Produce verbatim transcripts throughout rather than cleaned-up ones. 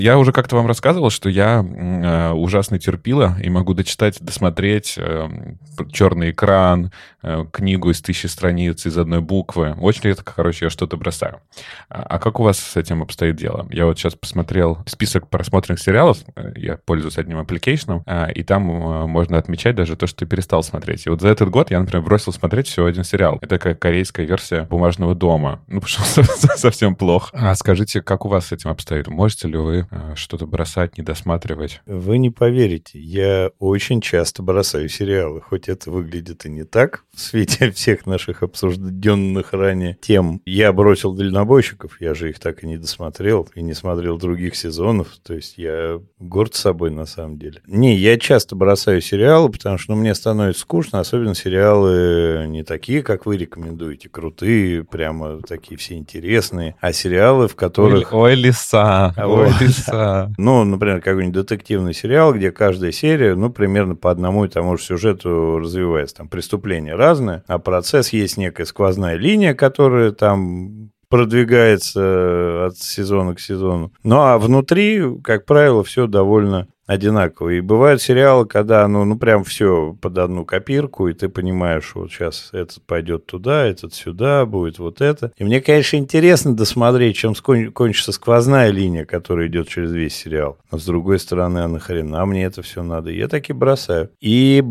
Я уже как-то вам рассказывал, что я э, ужасно терпила и могу дочитать, досмотреть э, «Черный экран», э, книгу из тысячи страниц из одной буквы. Очень редко, короче, я что-то бросаю. А, а как у вас с этим обстоит дело? Я вот сейчас посмотрел список просмотренных сериалов, я пользуюсь одним аппликейшном, э, и там э, можно отмечать даже то, что ты перестал смотреть. И вот за этот год я, например, бросил смотреть всего один сериал. Это как корейская версия «Бумажного дома». Ну, потому что совсем плохо. А скажите, как у вас с этим обстоит? Можете ли вы э, что-то бросать, не досматривать? Вы не поверите, я очень часто бросаю сериалы, хоть это выглядит и не так в свете всех наших обсужденных ранее тем. Я бросил «Дальнобойщиков», я же их так и не досмотрел, и не смотрел других сезонов, то есть я горд собой на самом деле. Не, я часто бросаю сериалы, потому что ну, мне становится скучно, особенно сериалы не такие, как вы рекомендуете, крутые, прямо такие все интересные, а сериалы, в которых... Ой, ой лиса, ой, лиса. Ну, например, какой-нибудь детективный сериал, где каждая серия, ну, примерно по одному и тому же сюжету развивается. Там преступления разные, а процесс есть некая сквозная линия, которая там продвигается от сезона к сезону. Ну, а внутри, как правило, все довольно одинаково. И бывают сериалы, когда, ну, ну прям все под одну копирку, и ты понимаешь, вот сейчас этот пойдет туда, этот сюда, будет вот это. И мне, конечно, интересно досмотреть, чем скон- кончится сквозная линия, которая идет через весь сериал. Но с другой стороны, а нахрена мне это все надо? Я таки бросаю. И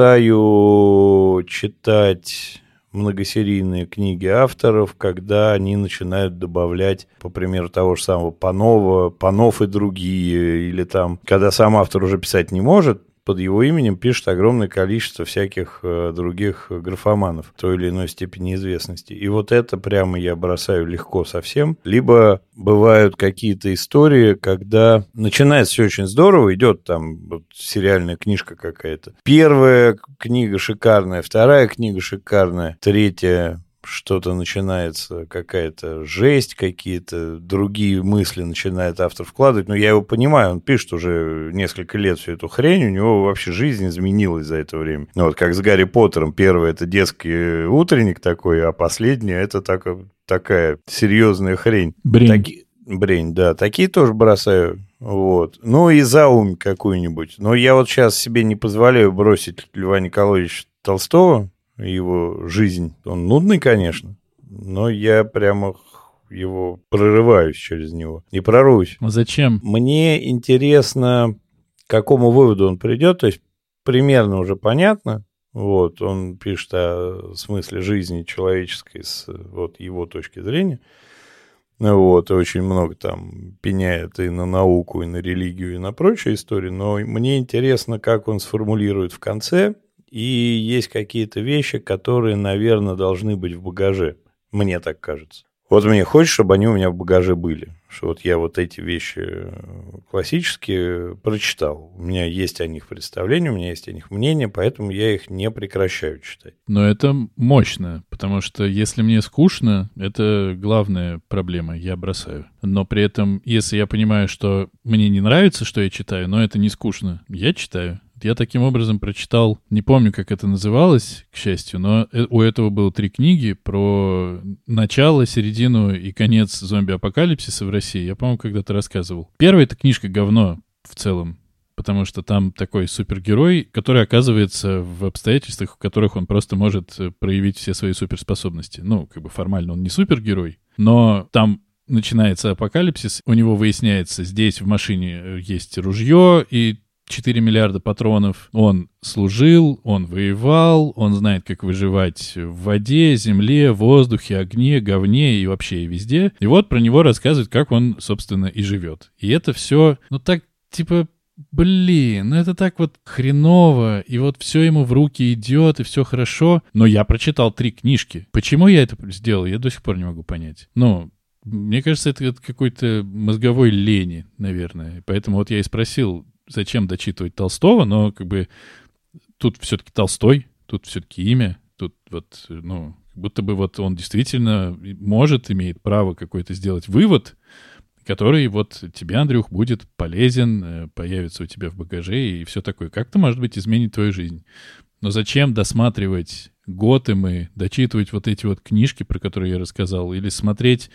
бросаю читать многосерийные книги авторов, когда они начинают добавлять, по примеру того же самого Панова, Панов и другие, или там, когда сам автор уже писать не может, под его именем пишет огромное количество всяких э, других графоманов той или иной степени известности. И вот это прямо я бросаю легко совсем. Либо бывают какие-то истории, когда начинается все очень здорово, идет там вот, сериальная книжка какая-то. Первая книга шикарная, вторая книга шикарная, третья... что-то начинается, какая-то жесть, какие-то другие мысли начинает автор вкладывать. Но я его понимаю, он пишет уже несколько лет всю эту хрень, у него вообще жизнь изменилась за это время. Ну, вот как с Гарри Поттером. Первый — это детский утренник такой, а последний — это так, такая серьезная хрень. Брень. Таки... Брень, да. Такие тоже бросаю. Вот. Ну и заумь какую-нибудь. Но я вот сейчас себе не позволяю бросить Льва Николаевича Толстого, его жизнь. Он нудный, конечно, но я прямо его прорываюсь через него и прорвусь. А зачем? Мне интересно, к какому выводу он придет, то есть примерно уже понятно. Вот, он пишет о смысле жизни человеческой с вот, его точки зрения. Вот, и очень много там пеняет и на науку, и на религию, и на прочие истории. Но мне интересно, как он сформулирует в конце. И есть какие-то вещи, которые, наверное, должны быть в багаже. Мне так кажется. Вот мне хочется, чтобы они у меня в багаже были. Что вот я вот эти вещи классические прочитал. У меня есть о них представление, у меня есть о них мнение, поэтому я их не прекращаю читать. Но это мощно, потому что если мне скучно, это главная проблема, я бросаю. Но при этом, если я понимаю, что мне не нравится, что я читаю, но это не скучно, я читаю. Я таким образом прочитал, не помню, как это называлось, к счастью, но у этого было три книги про начало, середину и конец зомби-апокалипсиса в России. Я, по-моему, когда-то рассказывал. Первая — это книжка говно в целом, потому что там такой супергерой, который оказывается в обстоятельствах, в которых он просто может проявить все свои суперспособности. Ну, как бы формально он не супергерой, но там начинается апокалипсис, у него выясняется, здесь в машине есть ружье и четыре миллиарда патронов. Он служил, он воевал, он знает, как выживать в воде, земле, воздухе, огне, говне и вообще и везде. И вот про него рассказывают, как он, собственно, и живет. И это все, ну так, типа, блин, ну это так вот хреново, и вот все ему в руки идет, и все хорошо. Но я прочитал три книжки. Почему я это сделал, я до сих пор не могу понять. Ну, мне кажется, это какой-то мозговой лени, наверное. Поэтому вот я и спросил, зачем дочитывать Толстого, но как бы тут все-таки Толстой, тут все-таки имя, тут вот, ну, как будто бы вот он действительно может, имеет право какой-то сделать вывод, который вот тебе, Андрюх, будет полезен, появится у тебя в багаже и все такое. Как-то, может быть, изменит твою жизнь. Но зачем досматривать Готэмы, дочитывать вот эти вот книжки, про которые я рассказал, или смотреть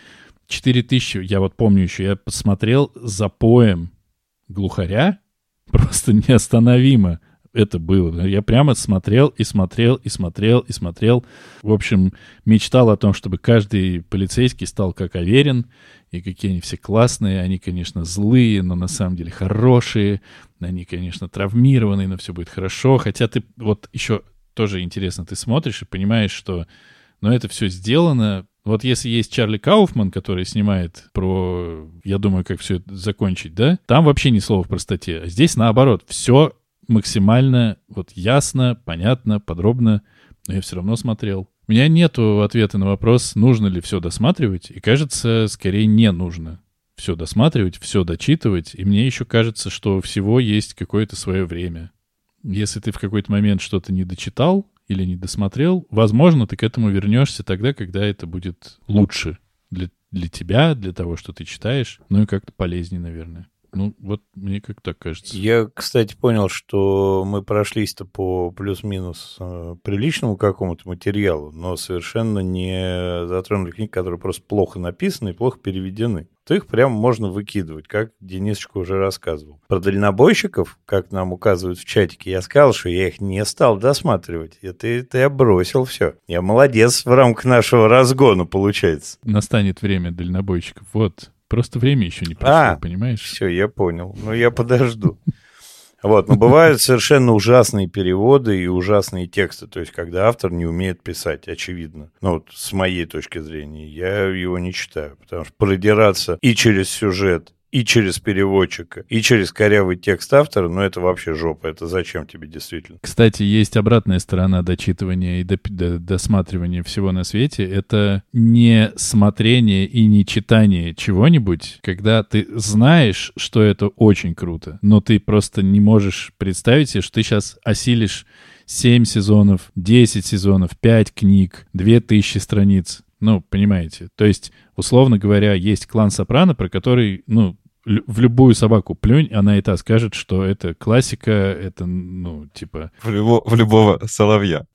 четыре тысячи, я вот помню еще, я посмотрел запоем глухаря, просто неостановимо это было. Я прямо смотрел и смотрел и смотрел и смотрел. В общем, мечтал о том, чтобы каждый полицейский стал как Аверин, и какие они все классные. Они, конечно, злые, но на самом деле хорошие. Они, конечно, травмированные, но все будет хорошо. Хотя ты вот еще тоже интересно, ты смотришь и понимаешь, что ну, это все сделано. Вот если есть Чарли Кауфман, который снимает про, я думаю, как все это закончить, да, там вообще ни слова в простоте. А здесь наоборот, все максимально вот ясно, понятно, подробно, но я все равно смотрел. У меня нету ответа на вопрос, нужно ли все досматривать, и кажется, скорее не нужно все досматривать, все дочитывать, и мне еще кажется, что у всего есть какое-то свое время. Если ты в какой-то момент что-то не дочитал или не досмотрел, возможно, ты к этому вернешься тогда, когда это будет лучше для, для тебя, для того, что ты читаешь, ну и как-то полезнее, наверное. Ну, вот мне как так кажется. Я, кстати, понял, что мы прошлись-то по плюс-минус э, приличному какому-то материалу, но совершенно не затронули книги, которые просто плохо написаны и плохо переведены. То их прямо можно выкидывать, как Денисочка уже рассказывал. Про дальнобойщиков, как нам указывают в чатике, я сказал, что я их не стал досматривать. Это, это я бросил все. Я молодец в рамках нашего разгона, получается. Настанет время дальнобойщиков. Вот. Просто время еще не пришло, а, понимаешь? Все, я понял. Ну, я подожду. Вот, но бывают совершенно ужасные переводы и ужасные тексты, то есть когда автор не умеет писать, очевидно. Ну, вот с моей точки зрения, я его не читаю, потому что продираться и через сюжет, и через переводчика, и через корявый текст автора, ну, это вообще жопа, это зачем тебе действительно? Кстати, есть обратная сторона дочитывания и досматривания всего на свете. Это не смотрение и не читание чего-нибудь, когда ты знаешь, что это очень круто, но ты просто не можешь представить себе, что ты сейчас осилишь семь сезонов, десять сезонов, пять книг, две тысячи страниц. Ну, понимаете. То есть, условно говоря, есть клан Сопрано, про который, ну, в любую собаку плюнь, она и та скажет, что это классика, это, ну, типа... В, любо, в любого соловья.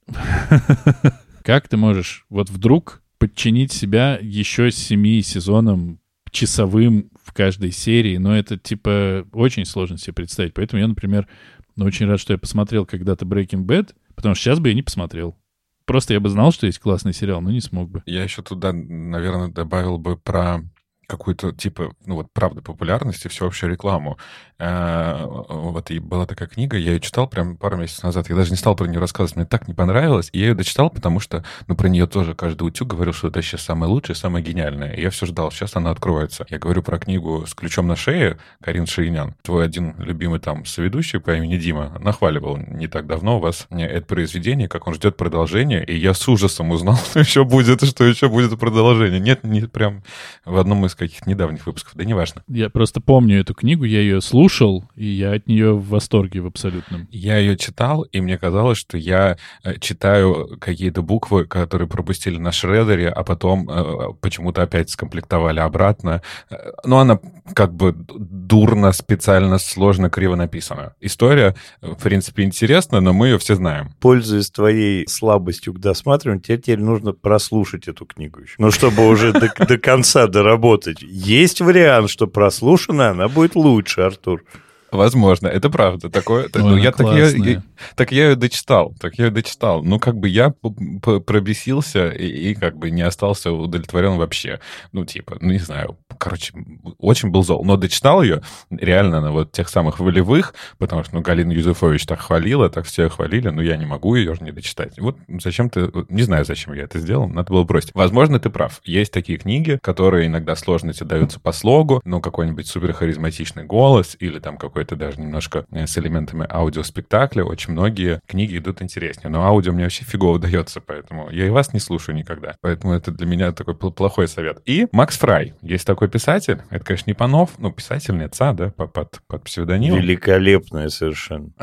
Как ты можешь вот вдруг подчинить себя еще семи сезонам часовым в каждой серии? Но это, типа, очень сложно себе представить. Поэтому я, например, ну, очень рад, что я посмотрел когда-то Breaking Bad, потому что сейчас бы я не посмотрел. Просто я бы знал, что есть классный сериал, но не смог бы. Я еще туда, наверное, добавил бы про какую-то, типа, ну вот, правда, популярность и всеобщую рекламу. Вот и была такая книга, я ее читал прям пару месяцев назад, я даже не стал про нее рассказывать, мне так не понравилось, и я ее дочитал, потому что, ну, про нее тоже каждый утюг говорил, что это вообще самое лучшее, самое гениальное, и я все ждал, сейчас она откроется. Я говорю про книгу «С ключом на шее» Карин Шаинян. Твой один любимый там соведущий по имени Дима нахваливал не так давно у вас это произведение, как он ждет продолжения, и я с ужасом узнал, что еще будет, что еще будет продолжение. Нет, не прям в одном из каких-то недавних выпусков, да неважно. Я просто помню эту книгу, я ее слушал, и я от нее в восторге в абсолютном. Я ее читал, и мне казалось, что я читаю какие-то буквы, которые пропустили на шредере, а потом э, почему-то опять скомплектовали обратно. Но она как бы дурно, специально, сложно, криво написана. История, в принципе, интересна, но мы ее все знаем. Пользуясь твоей слабостью к досматриванию, тебе теперь нужно прослушать эту книгу еще. Ну, чтобы уже до, до конца доработать. Есть вариант, что прослушанная, она будет лучше, Артур. Возможно, это правда. Такое, Ой, ну, я, так, я, классная. так я ее дочитал, так я ее дочитал. Ну, как бы я п- п- пробесился и, и как бы не остался удовлетворен вообще. Ну, типа, ну, не знаю, короче, очень был зол. Но дочитал ее реально на вот тех самых волевых, потому что, ну, Галина Юзефович так хвалила, так все хвалили, но я не могу ее же не дочитать. Вот зачем-то, не знаю, зачем я это сделал, надо было бросить. Возможно, ты прав. Есть такие книги, которые иногда сложно тебе даются по слогу, но какой-нибудь суперхаризматичный голос или там какой это даже немножко с элементами аудиоспектакля. Очень многие книги идут интереснее. Но аудио мне вообще фигово дается, поэтому я и вас не слушаю никогда. Поэтому это для меня такой плохой совет. И Макс Фрай. Есть такой писатель. Это, конечно, не Панов, но писательница, да, под, под псевдонимом. Великолепная совершенно.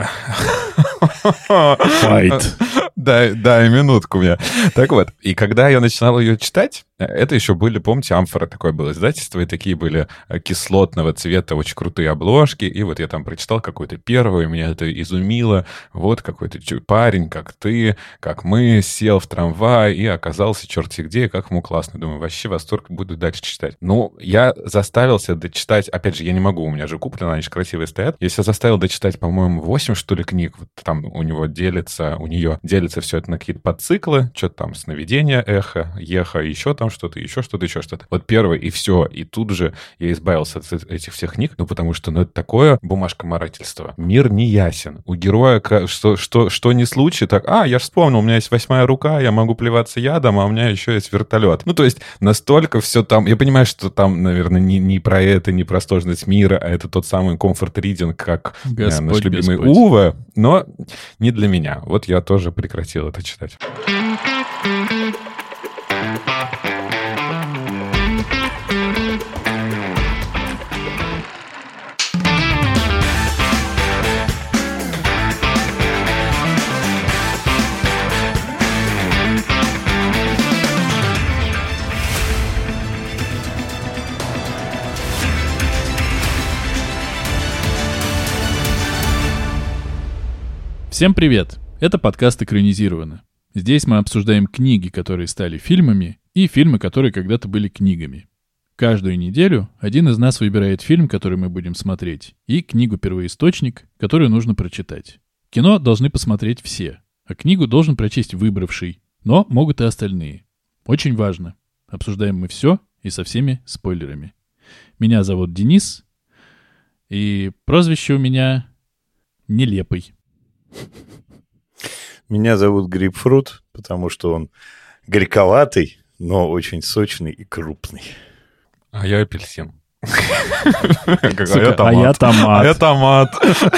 Файт. Дай, дай минутку мне. Так вот, и когда я начинал ее читать, Это еще были, помните, «Амфора» такое было издательство, и такие были кислотного цвета, очень крутые обложки. И вот я там прочитал какой-то первый, меня это изумило. Вот какой-то парень, как ты, как мы, сел в трамвай и оказался черти где, как ему классно. Думаю, вообще восторг, буду дальше читать. Ну, я заставился дочитать, опять же, я не могу, у меня же куплено, они же красивые стоят. Я себя заставил дочитать, по-моему, восемь, что ли, книг. Вот там у него делится, у нее делится все это на какие-то подциклы, что-то там сновидение, эхо, еха, еще там что-то, еще что-то, еще что-то. Вот первый, и все. И тут же я избавился от этих всех книг, ну, потому что, ну, это такое бумажкоморательство. Мир не ясен. У героя что, что, что ни случай, так, а, я же вспомнил, у меня есть восьмая рука, я могу плеваться ядом, а у меня еще есть вертолет. Ну, то есть настолько все там... Я понимаю, что там, наверное, не, не про это, не про сложность мира, а это тот самый комфорт-ридинг, как Господь, наш любимый Господь. Уве, но не для меня. Вот я тоже прекратил это читать. Всем привет! Это подкаст «Экранизировано». Здесь мы обсуждаем книги, которые стали фильмами, и фильмы, которые когда-то были книгами. Каждую неделю один из нас выбирает фильм, который мы будем смотреть, и книгу-первоисточник, которую нужно прочитать. Кино должны посмотреть все, а книгу должен прочесть выбравший, но могут и остальные. Очень важно. Обсуждаем мы все и со всеми спойлерами. Меня зовут Денис, и прозвище у меня Нелепый. Меня зовут Грейпфрут, потому что он горьковатый, но очень сочный и крупный. А я апельсин. А я томат. А я томат.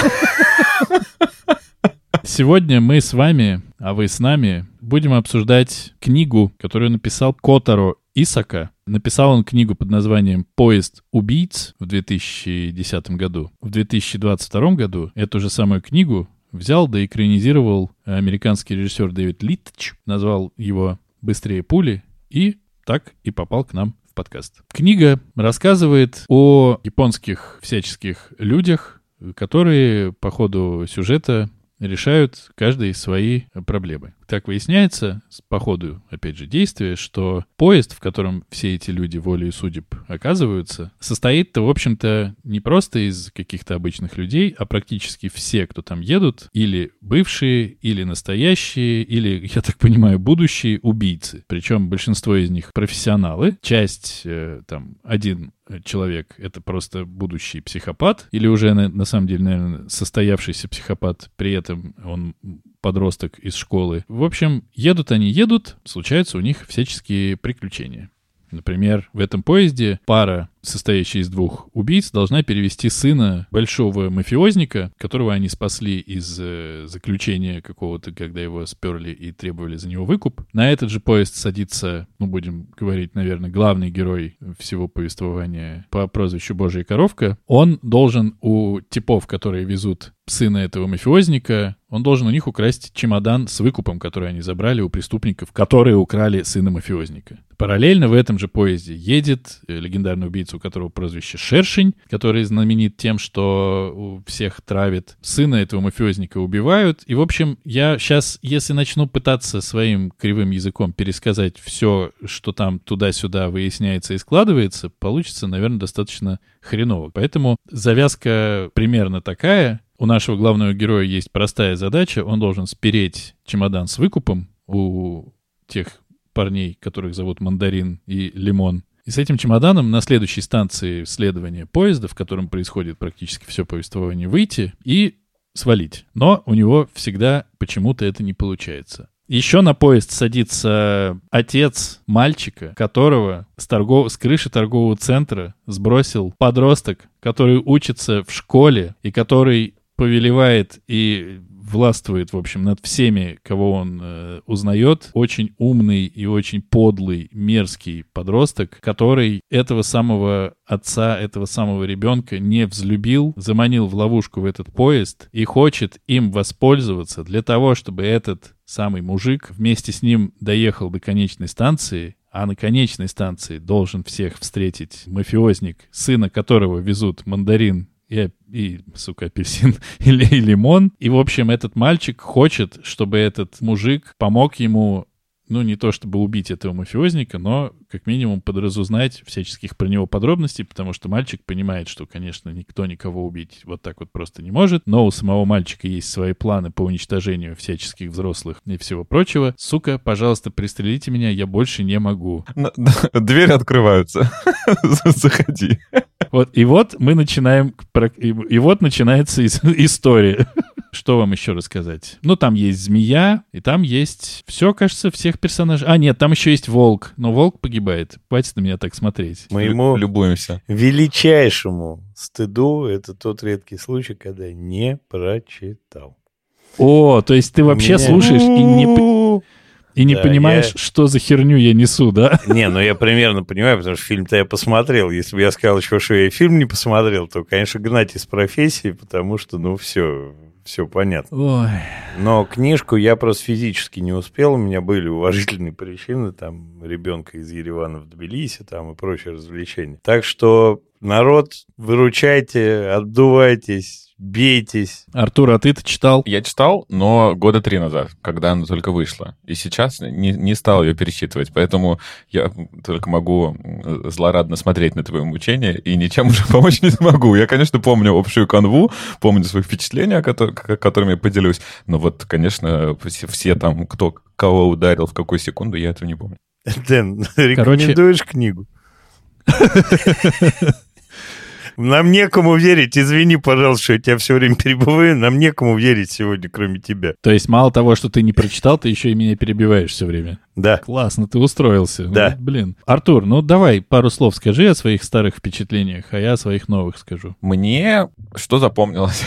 Сегодня мы с вами, а вы с нами, будем обсуждать книгу, которую написал Котаро Исака. Написал он книгу под названием «Поезд убийц» в две тысячи десятом году. В две тысячи двадцать втором году эту же самую книгу взял да экранизировал американский режиссер Дэвид Литч, назвал его «Быстрее пули» и так и попал к нам в подкаст. Книга рассказывает о японских всяческих людях, которые по ходу сюжета решают каждый свои проблемы. Так выясняется, по ходу, опять же, действия, что поезд, в котором все эти люди волею судеб оказываются, состоит-то, в общем-то, не просто из каких-то обычных людей, а практически все, кто там едут, или бывшие, или настоящие, или, я так понимаю, будущие убийцы. Причем большинство из них профессионалы. Часть, э, там, один человек — это просто будущий психопат, или уже, на, на самом деле, наверное, состоявшийся психопат, при этом он подросток из школы. В общем, едут они, едут, случаются у них всяческие приключения. Например, в этом поезде пара, состоящая из двух убийц, должна перевести сына большого мафиозника, которого они спасли из э, заключения какого-то, когда его сперли и требовали за него выкуп. На этот же поезд садится, ну, будем говорить, наверное, главный герой всего повествования по прозвищу Божья коровка. Он должен у типов, которые везут сына этого мафиозника, он должен у них украсть чемодан с выкупом, который они забрали у преступников, которые украли сына мафиозника. Параллельно в этом же поезде едет легендарный убийца, у которого прозвище Шершень, который знаменит тем, что всех травит. Сына этого мафиозника убивают. И, в общем, я сейчас, если начну пытаться своим кривым языком пересказать все, что там туда-сюда выясняется и складывается, получится, наверное, достаточно хреново. Поэтому завязка примерно такая. У нашего главного героя есть простая задача. Он должен спереть чемодан с выкупом у тех парней, которых зовут Мандарин и Лимон. И с этим чемоданом на следующей станции следования поезда, в котором происходит практически все повествование, выйти и свалить. Но у него всегда почему-то это не получается. Еще на поезд садится отец мальчика, которого с, торгов... с крыши торгового центра сбросил подросток, который учится в школе и который повелевает и властвует, в общем, над всеми, кого он э, узнает. Очень умный и очень подлый, мерзкий подросток, который этого самого отца, этого самого ребенка не взлюбил, заманил в ловушку в этот поезд и хочет им воспользоваться для того, чтобы этот самый мужик вместе с ним доехал до конечной станции, а на конечной станции должен всех встретить мафиозник, сына которого везут мандарин и, и сука, апельсин или и лимон. И, в общем, этот мальчик хочет, чтобы этот мужик помог ему, ну, не то чтобы убить этого мафиозника, но как минимум подразузнать всяческих про него подробностей, потому что мальчик понимает, что, конечно, никто никого убить вот так вот просто не может, но у самого мальчика есть свои планы по уничтожению всяческих взрослых и всего прочего. Сука, пожалуйста, пристрелите меня, я больше не могу. Двери открываются. Заходи. Вот, и вот мы начинаем, и вот начинается история. Что вам еще рассказать? Ну, там есть змея, и там есть все, кажется, всех персонажей. А, нет, там еще есть волк, но волк погибает. Хватит на меня так смотреть. Моему любуемся. величайшему стыду это тот редкий случай, когда я не прочитал. О, то есть ты вообще меня... слушаешь и не... И не да, понимаешь, я... что за херню я несу, да? Не, ну я примерно понимаю, потому что фильм-то я посмотрел. Если бы я сказал еще, что я фильм не посмотрел, то, конечно, гнать из профессии, потому что, ну, все, все понятно. Ой. Но книжку я просто физически не успел. У меня были уважительные причины, там, ребенка из Еревана в Тбилиси, там, и прочие развлечения. Так что, народ, выручайте, отдувайтесь, бейтесь. Артур, а ты-то читал? Я читал, но года три назад, когда она только вышла. И сейчас не, не стал ее перечитывать, поэтому я только могу злорадно смотреть на твое мучение и ничем уже помочь не смогу. Я, конечно, помню общую канву, помню свои впечатления, которыми я поделюсь, но вот, конечно, все, все там, кто кого ударил в какую секунду, я этого не помню. Дэн, рекомендуешь Короче... книгу? Нам некому верить, извини, пожалуйста, что я тебя все время перебиваю, нам некому верить сегодня, кроме тебя. То есть мало того, что ты не прочитал, ты еще и меня перебиваешь все время? Да. Классно, ты устроился. Да. Ну, блин. Артур, ну давай пару слов скажи о своих старых впечатлениях, а я о своих новых скажу. Мне что запомнилось?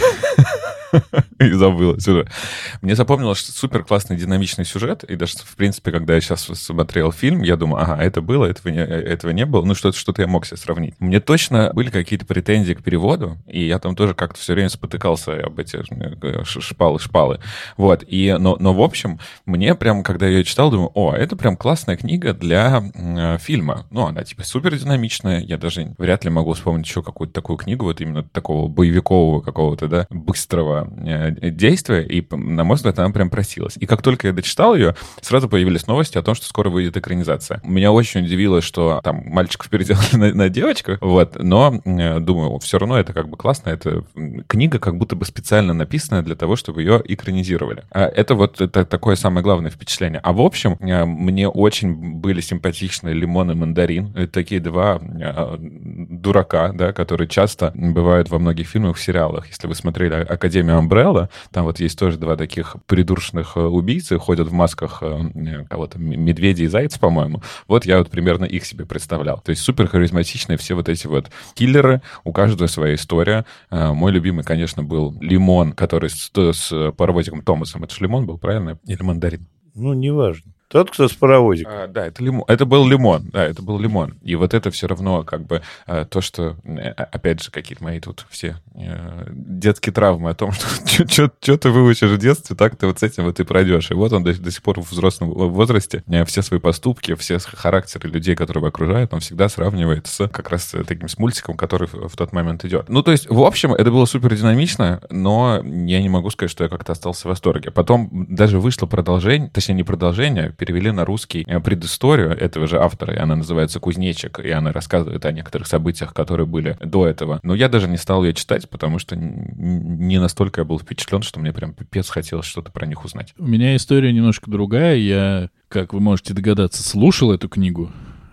И забыл сюжет. Мне запомнилось, что супер классный динамичный сюжет, и даже, в принципе, когда я сейчас смотрел фильм, я думаю, ага, это было, этого не, этого не было, ну что-то, что-то я мог себе сравнить. Мне точно были какие-то претензии к переводу, и я там тоже как-то все время спотыкался об эти шпалы-шпалы. Вот, и, но, но, в общем, мне прям, когда я ее читал, думаю, о, это прям классная книга для э, фильма. Ну, она типа супер динамичная, я даже вряд ли могу вспомнить еще какую-то такую книгу, вот именно такого боевикового какого-то, да, быстрого действия, и, на мой взгляд, она прям просилась. И как только я дочитал ее, сразу появились новости о том, что скоро выйдет экранизация. Меня очень удивило, что там мальчиков переделали на, на девочках, вот, но думаю, все равно это как бы классно, это книга как будто бы специально написанная для того, чтобы ее экранизировали. Это вот это такое самое главное впечатление. А в общем, мне очень были симпатичны лимон и мандарин. Это такие два дурака, да, которые часто бывают во многих фильмах, в сериалах. Если вы смотрели «Академию Umbrella», там вот есть тоже два таких придурочных убийцы, ходят в масках кого-то, медведя и зайца, по-моему. Вот я вот примерно их себе представлял. То есть супер харизматичные все вот эти вот киллеры, у каждого своя история. Мой любимый, конечно, был лимон, который с, с паровозиком Томасом. Это же лимон был, правильно? Или мандарин? Ну, неважно. Тот, кто с паровозиком. А, да, это, лимон. это был лимон. Да, это был лимон. И вот это все равно как бы а, то, что, опять же, какие-то мои тут все а, детские травмы о том, что что ты выучишь в детстве, так ты вот с этим вот и пройдешь. И вот он до, до сих пор в взрослом возрасте все свои поступки, все характеры людей, которые его окружают, он всегда сравнивает с как раз таким с мультиком, который в, в тот момент идет. Ну, то есть, в общем, это было супер динамично, но я не могу сказать, что я как-то остался в восторге. Потом даже вышло продолжение, точнее, не продолжение, перевели на русский предысторию этого же автора, и она называется «Кузнечик», и она рассказывает о некоторых событиях, которые были до этого. Но я даже не стал ее читать, потому что не настолько я был впечатлен, что мне прям пипец хотелось что-то про них узнать. У меня история немножко другая. Я, как вы можете догадаться, слушал эту книгу,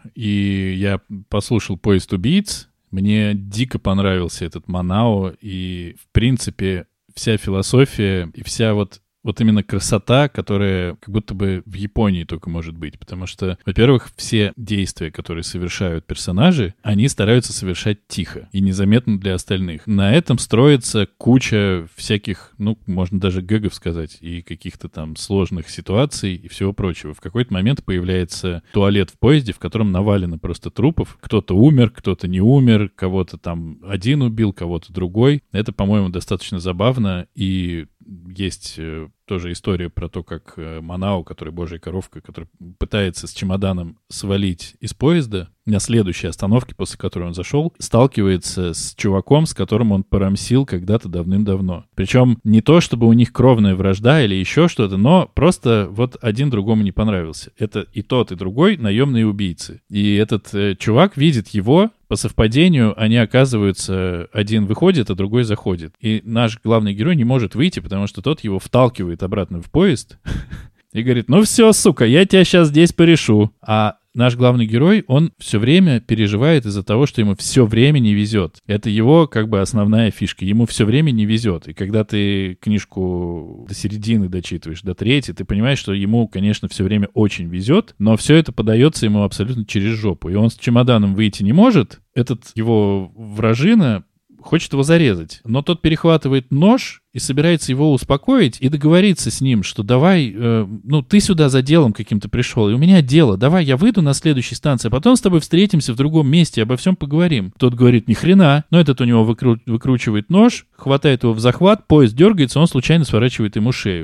и я послушал «Поезд убийц». Мне дико понравился этот Манао, и, в принципе, вся философия и вся вот Вот именно красота, которая как будто бы в Японии только может быть. Потому что, во-первых, все действия, которые совершают персонажи, они стараются совершать тихо и незаметно для остальных. На этом строится куча всяких, ну, можно даже гэгов сказать, и каких-то там сложных ситуаций и всего прочего. В какой-то момент появляется туалет в поезде, в котором навалено просто трупов. Кто-то умер, кто-то не умер, кого-то там один убил, кого-то другой. Это, по-моему, достаточно забавно, и есть тоже история про то, как Манао, который божья коровка, который пытается с чемоданом свалить из поезда, на следующей остановке, после которой он зашел, сталкивается с чуваком, с которым он порамсил когда-то давным-давно. Причем не то, чтобы у них кровная вражда или еще что-то, но просто вот один другому не понравился. Это и тот, и другой наемные убийцы. И этот э, чувак видит его, по совпадению они оказываются, один выходит, а другой заходит. И наш главный герой не может выйти, потому что тот его вталкивает обратно в поезд и говорит: ну все, сука, я тебя сейчас здесь порешу. А наш главный герой, он все время переживает из-за того, что ему все время не везет. Это его как бы основная фишка. Ему все время не везет. И когда ты книжку до середины дочитываешь, до третьей, ты понимаешь, что ему, конечно, все время очень везет, но все это подается ему абсолютно через жопу. И он с чемоданом выйти не может. Этот его вражина хочет его зарезать. Но тот перехватывает нож и собирается его успокоить и договориться с ним, что давай, э, ну, ты сюда за делом каким-то пришел, и у меня дело, давай я выйду на следующей станции, а потом с тобой встретимся в другом месте, обо всем поговорим. Тот говорит: ни хрена. Но этот у него выкру- выкручивает нож, хватает его в захват, поезд дергается, он случайно сворачивает ему шею.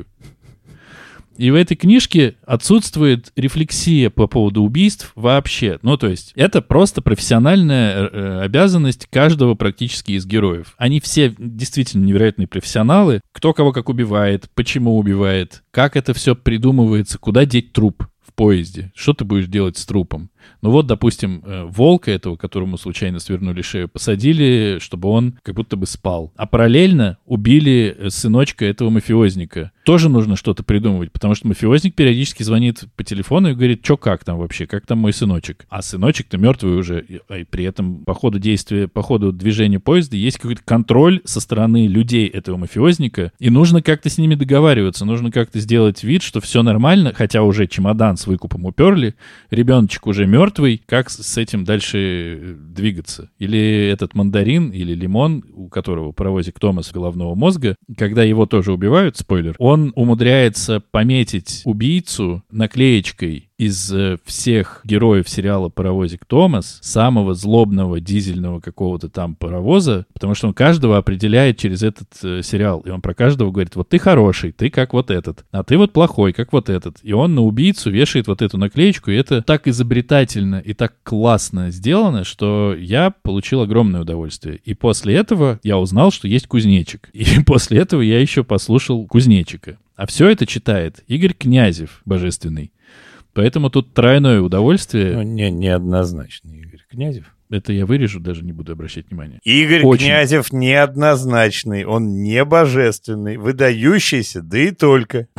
И в этой книжке отсутствует рефлексия по поводу убийств вообще. Ну, то есть, это просто профессиональная э, обязанность каждого практически из героев. Они все действительно невероятные профессионалы. Кто кого как убивает, почему убивает, как это все придумывается, куда деть труп в поезде, что ты будешь делать с трупом. Ну вот, допустим, волка этого, которому случайно свернули шею, посадили, чтобы он как будто бы спал. А параллельно убили сыночка этого мафиозника. Тоже нужно что-то придумывать, потому что мафиозник периодически звонит по телефону и говорит: что, как там вообще, как там мой сыночек? А сыночек-то мертвый уже. И при этом по ходу действия, по ходу движения поезда есть какой-то контроль со стороны людей этого мафиозника, и нужно как-то с ними договариваться, нужно как-то сделать вид, что все нормально, хотя уже чемодан с выкупом уперли, ребеночек уже мертвый. Мертвый, как с этим дальше двигаться? Или этот мандарин, или лимон, у которого паровозик Томас головного мозга, когда его тоже убивают, спойлер, он умудряется пометить убийцу наклеечкой из всех героев сериала «Паровозик Томас», самого злобного дизельного какого-то там паровоза, потому что он каждого определяет через этот э, сериал. И он про каждого говорит: вот ты хороший, ты как вот этот, а ты вот плохой, как вот этот. И он на убийцу вешает вот эту наклеечку, и это так изобретательно и так классно сделано, что я получил огромное удовольствие. И после этого я узнал, что есть кузнечик. И после этого я еще послушал кузнечика. А все это читает Игорь Князев, божественный. Поэтому тут тройное удовольствие. Ну, не, неоднозначно, Игорь Князев. Это я вырежу, даже не буду обращать внимания. Игорь Очень. Князев неоднозначный, он не божественный, выдающийся, да и только.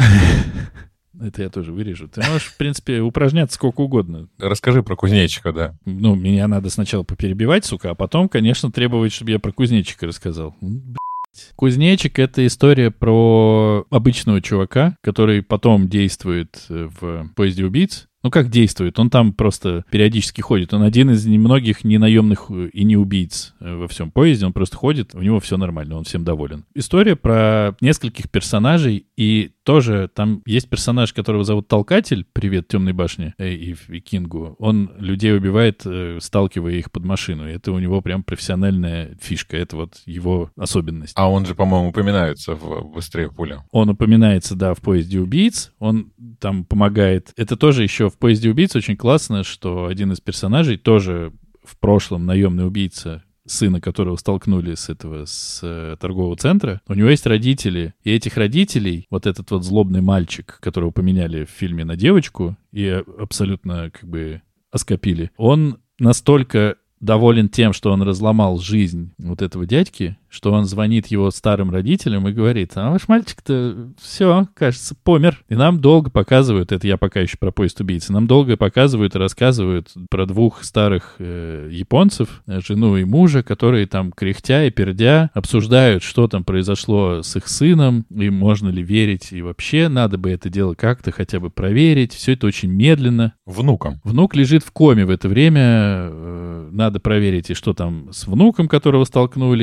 Это я тоже вырежу. Ты можешь, в принципе, упражняться сколько угодно. Расскажи про кузнечика, да. Ну, меня надо сначала поперебивать, сука, а потом, конечно, требовать, чтобы я про кузнечика рассказал. Кузнечик — это история про обычного чувака, который потом действует в «Поезде убийц». Ну, как действует? Он там просто периодически ходит. Он один из немногих не наемных и не убийц во всем поезде. Он просто ходит, у него все нормально, он всем доволен. История про нескольких персонажей, и тоже там есть персонаж, которого зовут Толкатель, привет Темной башне и, и Кингу. Он людей убивает, сталкивая их под машину. И это у него прям профессиональная фишка. Это вот его особенность. А он же, по-моему, упоминается в «Быстрее пуля». Он упоминается, да, в «Поезде убийц». Он там помогает. Это тоже еще в «Поезде убийц» очень классно, что один из персонажей тоже в прошлом наемный убийца, сына которого столкнули с этого, с э, торгового центра. У него есть родители, и этих родителей, вот этот вот злобный мальчик, которого поменяли в фильме на девочку и абсолютно как бы оскопили, он настолько доволен тем, что он разломал жизнь вот этого дядьки, что он звонит его старым родителям и говорит: а ваш мальчик-то все, кажется, помер. И нам долго показывают, это я пока еще про «Поезд убийцы», нам долго показывают и рассказывают про двух старых э, японцев, жену и мужа, которые там кряхтя и пердя обсуждают, что там произошло с их сыном, и можно ли верить, и вообще надо бы это дело как-то хотя бы проверить. Все это очень медленно. Внуком. Внук лежит в коме в это время, э, надо проверить, и что там с внуком, которого столкнули,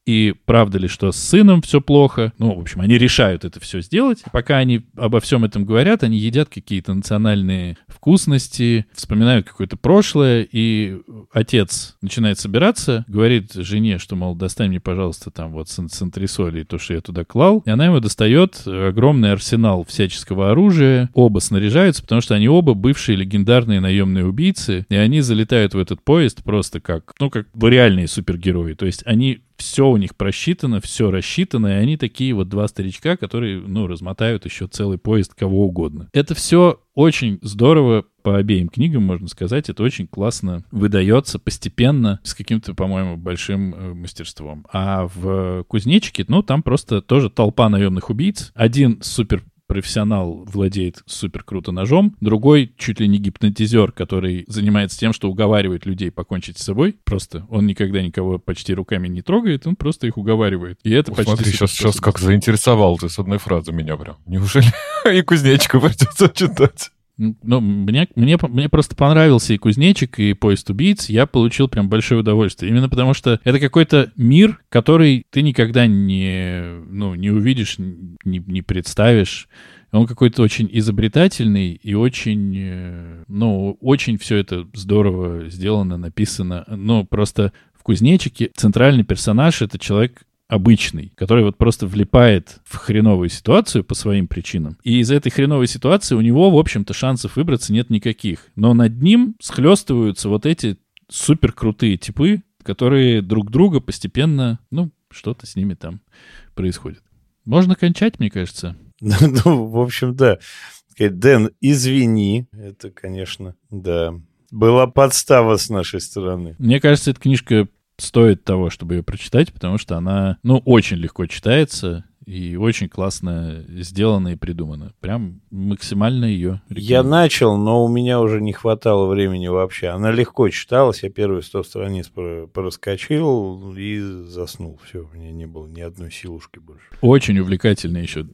и правда ли, что с сыном все плохо. Ну, в общем, они решают это все сделать. Пока они обо всем этом говорят, они едят какие-то национальные вкусности, вспоминают какое-то прошлое, и отец начинает собираться, говорит жене, что, мол, достань мне, пожалуйста, там вот с, с антресолей то, что я туда клал. И она ему достает огромный арсенал всяческого оружия. Оба снаряжаются, потому что они оба бывшие легендарные наемные убийцы, и они залетают в этот поезд просто как, ну, как реальные супергерои. То есть они, все у них просчитано, все рассчитано, и они такие вот два старичка, которые, ну, размотают еще целый поезд кого угодно. Это все очень здорово по обеим книгам, можно сказать. Это очень классно выдается постепенно, с каким-то, по-моему, большим э, мастерством. А в «Кузнечике», ну, там просто тоже толпа наемных убийц. Один супер профессионал владеет супер круто ножом, другой чуть ли не гипнотизер, который занимается тем, что уговаривает людей покончить с собой. Просто он никогда никого почти руками не трогает, он просто их уговаривает. И это Ух, почти... Смотри, сейчас, сейчас как заинтересовал ты с одной фразы меня прям. Неужели и «Кузнечика» придется читать? Ну, мне, мне, мне просто понравился и «Кузнечик», и «Поезд убийц». Я получил прям большое удовольствие. Именно потому что это какой-то мир, который ты никогда не, ну, не увидишь, не, не представишь. Он какой-то очень изобретательный и очень, ну, очень все это здорово сделано, написано. Ну, просто в «Кузнечике» центральный персонаж — это человек обычный, который вот просто влипает в хреновую ситуацию по своим причинам. И из этой хреновой ситуации у него, в общем-то, шансов выбраться нет никаких. Но над ним схлестываются вот эти супер крутые типы, которые друг друга постепенно, ну, что-то с ними там происходит. Можно кончать, мне кажется. Ну, в общем, да. Дэн, извини. Это, конечно, да. Была подстава с нашей стороны. Мне кажется, эта книжка стоит того, чтобы ее прочитать, потому что она, ну, очень легко читается и очень классно сделана и придумана. Прям максимально ее рекомендую. Я начал, но у меня уже не хватало времени вообще. Она легко читалась, я первые сто страниц проскочил и заснул. Все, у меня не было ни одной силушки больше. Очень увлекательно еще.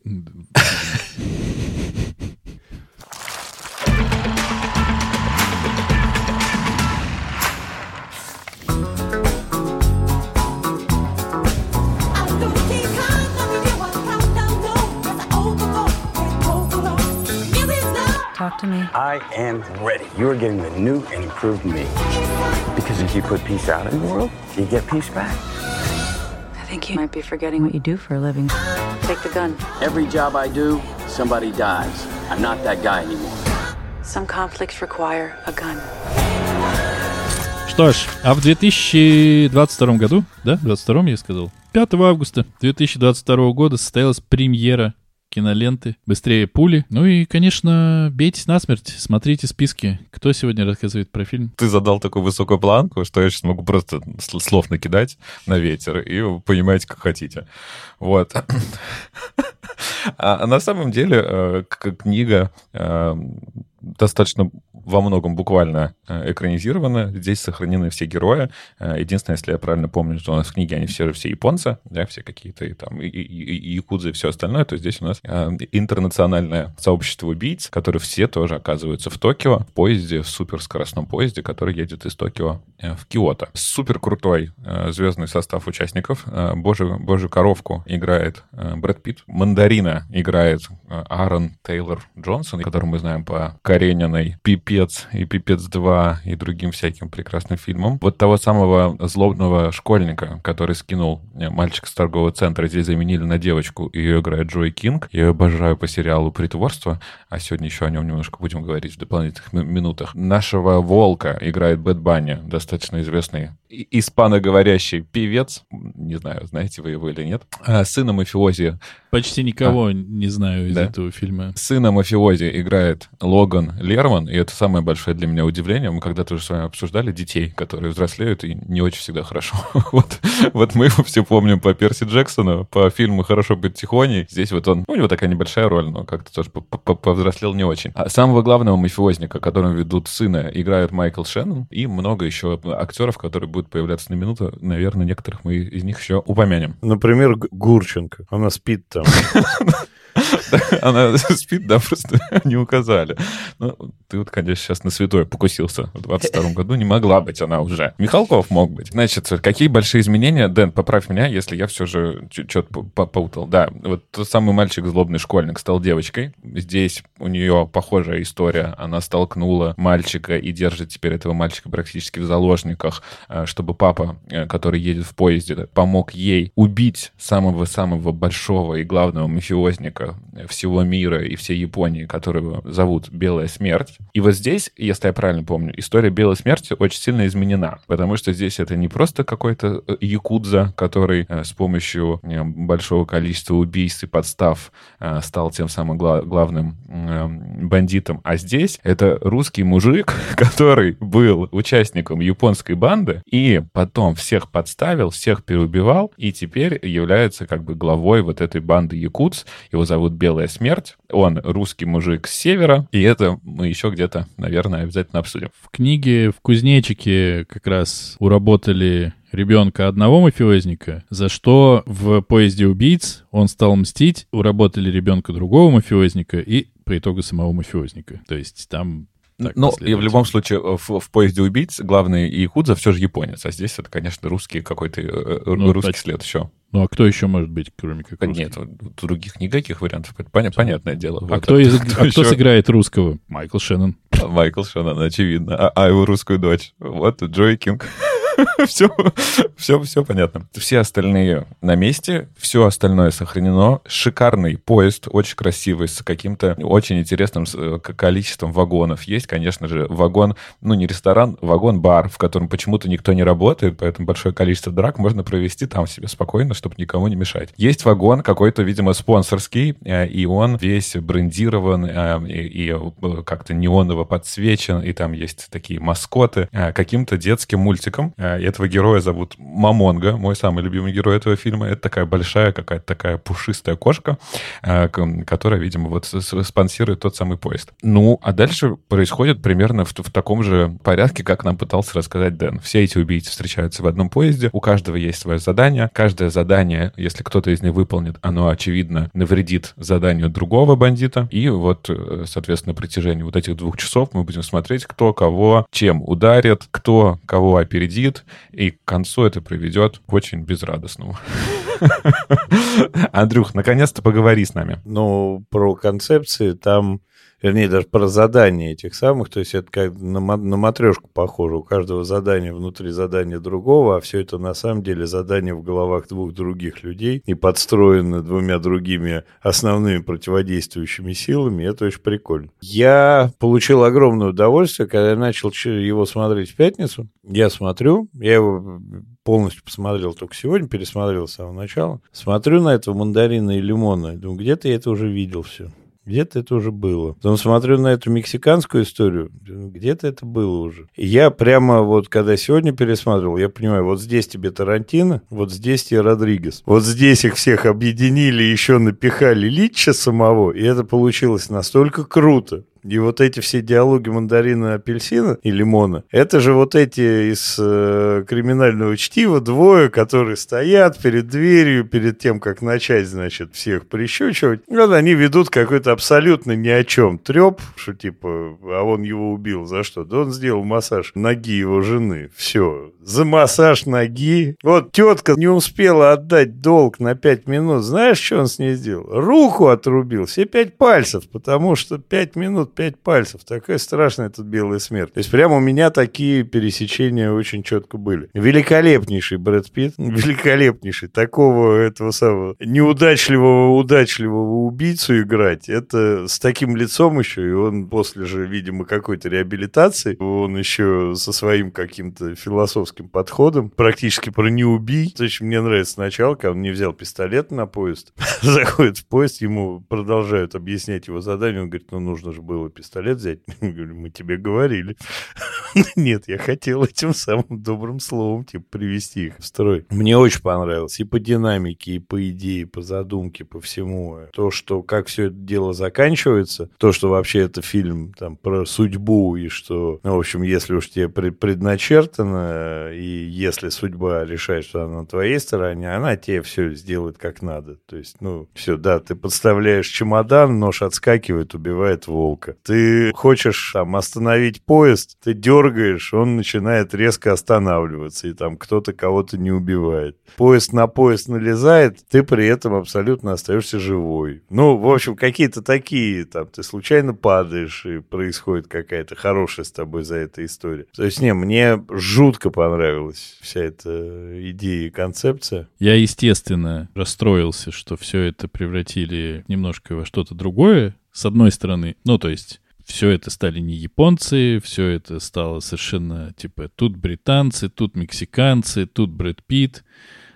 Talk to me. I am ready. You are getting the new and improved me. Because if you put peace out in the world, you get peace back. I think you might be forgetting what you do for a living. Take the gun. Every job I do, somebody dies. I'm not that guy anymore. Some conflicts require a gun. Что ж, а в две тысячи двадцать втором году, да, в двадцать втором я сказал, пятого августа две тысячи двадцать второго года состоялась премьера киноленты «Быстрее пули». Ну и, конечно, бейтесь насмерть, смотрите списки. Кто сегодня рассказывает про фильм? Ты задал такую высокую планку, что я сейчас могу просто слов накидать на ветер, и вы понимаете, как хотите. Вот. А на самом деле книга достаточно во многом буквально экранизирована. Здесь сохранены все герои. Единственное, если я правильно помню, что у нас в книге они все, все японцы, да, все какие-то и там и, и, и якудзы и все остальное, то здесь у нас интернациональное сообщество убийц, которые все тоже оказываются в Токио, в поезде, в суперскоростном поезде, который едет из Токио в Киото. Супер крутой звездный состав участников. Божью, Божью коровку играет Брэд Питт. Мандарина играет Аарон Тейлор Джонсон, которого мы знаем по Карениной, «Пипец» и «Пипец два» и другим всяким прекрасным фильмам. Вот того самого злобного школьника, который скинул мальчика с торгового центра, здесь заменили на девочку, ее играет Джой Кинг. Я ее обожаю по сериалу «Притворство», а сегодня еще о нем немножко будем говорить в дополнительных минутах. Нашего волка играет Бэд Банни, достаточно известный испаноговорящий певец. Не знаю, знаете вы его или нет. А, сына мафиози. Почти никого а. не знаю из да. этого фильма. Сына мафиози играет Логан Лерман, и это самое большое для меня удивление. Мы когда-то уже с вами обсуждали детей, которые взрослеют, и не очень всегда хорошо. вот, вот мы его все помним по Перси Джексону, по фильму «Хорошо быть тихоней». Здесь вот он, у него такая небольшая роль, но как-то тоже повзрослел не очень. А самого главного мафиозника, которым ведут сына, играет Майкл Шеннон, и много еще актеров, которые будут появляться на минуту. Наверное, некоторых мы из них еще упомянем. Например, Гурченко. Она спит там. Она спит, да, просто не указали. Ну, ты вот, конечно, сейчас на святое покусился. В двадцать втором году не могла быть она уже. Михалков мог быть. Значит, какие большие изменения? Дэн, поправь меня, если я все же что-то попутал. Да, вот тот самый мальчик, злобный школьник, стал девочкой. Здесь у нее похожая история. Она столкнула мальчика и держит теперь этого мальчика практически в заложниках, чтобы папа, который едет в поезде, помог ей убить самого-самого большого и главного мафиозника всего мира и всей Японии, которого зовут Белая Смерть. И вот здесь, если я правильно помню, история Белой Смерти очень сильно изменена, потому что здесь это не просто какой-то якудза, который с помощью большого количества убийств и подстав стал тем самым гла- главным бандитом, а здесь это русский мужик, который был участником японской банды и потом всех подставил, всех переубивал, и теперь является как бы главой вот этой банды якудз. Его зовут Белая Смерть. Он русский мужик с севера, и это мы еще где-то, наверное, обязательно обсудим. В книге в «Кузнечике» как раз уработали ребенка одного мафиозника, за что в «Поезде убийц» он стал мстить, уработали ребенка другого мафиозника и по итогу самого мафиозника. То есть там... Так, ну, и в любом случае, в, в «Поезде убийц» главный якудза все же японец, а здесь это, конечно, русский какой-то, ну, русский так... след еще. Ну, а кто еще может быть, кроме как русский? Нет, других никаких вариантов. Пон- понятное дело. А, вот кто, из, кто, а кто сыграет русского? Майкл Шеннон. Майкл Шеннон, очевидно. А, а его русскую дочь? Вот Джои Кинг. Все, все, все понятно. Все остальные на месте, все остальное сохранено. Шикарный поезд, очень красивый, с каким-то очень интересным количеством вагонов. Есть, конечно же, вагон, ну, не ресторан, вагон-бар, в котором почему-то никто не работает, поэтому большое количество драк можно провести там себе спокойно, чтобы никому не мешать. Есть вагон какой-то, видимо, спонсорский, и он весь брендирован и, и как-то неоново подсвечен, и там есть такие маскоты каким-то детским мультиком. Этого героя зовут Мамонга, мой самый любимый герой этого фильма. Это такая большая какая-то такая пушистая кошка, которая, видимо, вот спонсирует тот самый поезд. Ну, а дальше происходит примерно в, в таком же порядке, как нам пытался рассказать Дэн. Все эти убийцы встречаются в одном поезде, у каждого есть свое задание. Каждое задание, если кто-то из них выполнит, оно, очевидно, навредит заданию другого бандита. И вот, соответственно, на протяжении вот этих двух часов мы будем смотреть, кто кого чем ударит, кто кого опередит, и к концу это приведет к очень безрадостному. Андрюх, наконец-то поговори с нами. Ну, про концепции там... Вернее, даже про задания этих самых, то есть это как на, на матрешку похоже. У каждого задания внутри задания другого, а все это на самом деле задание в головах двух других людей и подстроено двумя другими основными противодействующими силами. Это очень прикольно. Я получил огромное удовольствие, когда я начал его смотреть в пятницу. Я смотрю, я его полностью посмотрел только сегодня, пересмотрел с самого начала. Смотрю на этого мандарина и лимона, думаю, где-то я это уже видел все. Где-то это уже было. Потом смотрю на эту мексиканскую историю, где-то это было уже. И я прямо вот, когда сегодня пересматривал, я понимаю, вот здесь тебе Тарантино, вот здесь тебе Родригес. Вот здесь их всех объединили, еще напихали Линча самого, и это получилось настолько круто. И вот эти все диалоги мандарина, апельсина и лимона, это же вот эти из э, криминального чтива двое, которые стоят перед дверью, перед тем, как начать, значит, всех прищучивать. Вот они ведут какой-то абсолютно ни о чем треп, что типа, а он его убил, за что? Да он сделал массаж ноги его жены. Все. За массаж ноги. Вот тетка не успела отдать долг на пять минут. Знаешь, что он с ней сделал? Руку отрубил. Все пять пальцев, потому что пять минут пять пальцев. Такая страшная тут белая смерть. То есть прямо у меня такие пересечения очень четко были. Великолепнейший Брэд Питт. Великолепнейший. Такого этого самого неудачливого, удачливого убийцу играть. Это с таким лицом еще. И он после же, видимо, какой-то реабилитации, он еще со своим каким-то философским подходом, практически про не убий. Очень мне нравится сначала, когда он не взял пистолет на поезд. Заходит в поезд, ему продолжают объяснять его задание. Он говорит, ну нужно же было было пистолет взять. Я говорю, мы тебе говорили. Нет, я хотел этим самым добрым словом типа привести их в строй. Мне очень понравилось и по динамике, и по идее, и по задумке, по всему. То, что как все это дело заканчивается, то, что вообще это фильм там про судьбу, и что, ну, в общем, если уж тебе предначертано, и если судьба решает, что она на твоей стороне, она тебе все сделает как надо. То есть, ну, все, да, ты подставляешь чемодан, нож отскакивает, убивает волка. Ты хочешь там остановить поезд, ты дергаешь, он начинает резко останавливаться, и там кто-то кого-то не убивает. Поезд на поезд налезает, ты при этом абсолютно остаешься живой. Ну, в общем, какие-то такие, там, ты случайно падаешь, и происходит какая-то хорошая с тобой за это история. То есть, не, мне жутко понравилась вся эта идея и концепция. Я, естественно, расстроился, что все это превратили немножко во что-то другое, с одной стороны. Ну, то есть, все это стали не японцы, все это стало совершенно, типа, тут британцы, тут мексиканцы, тут Брэд Питт.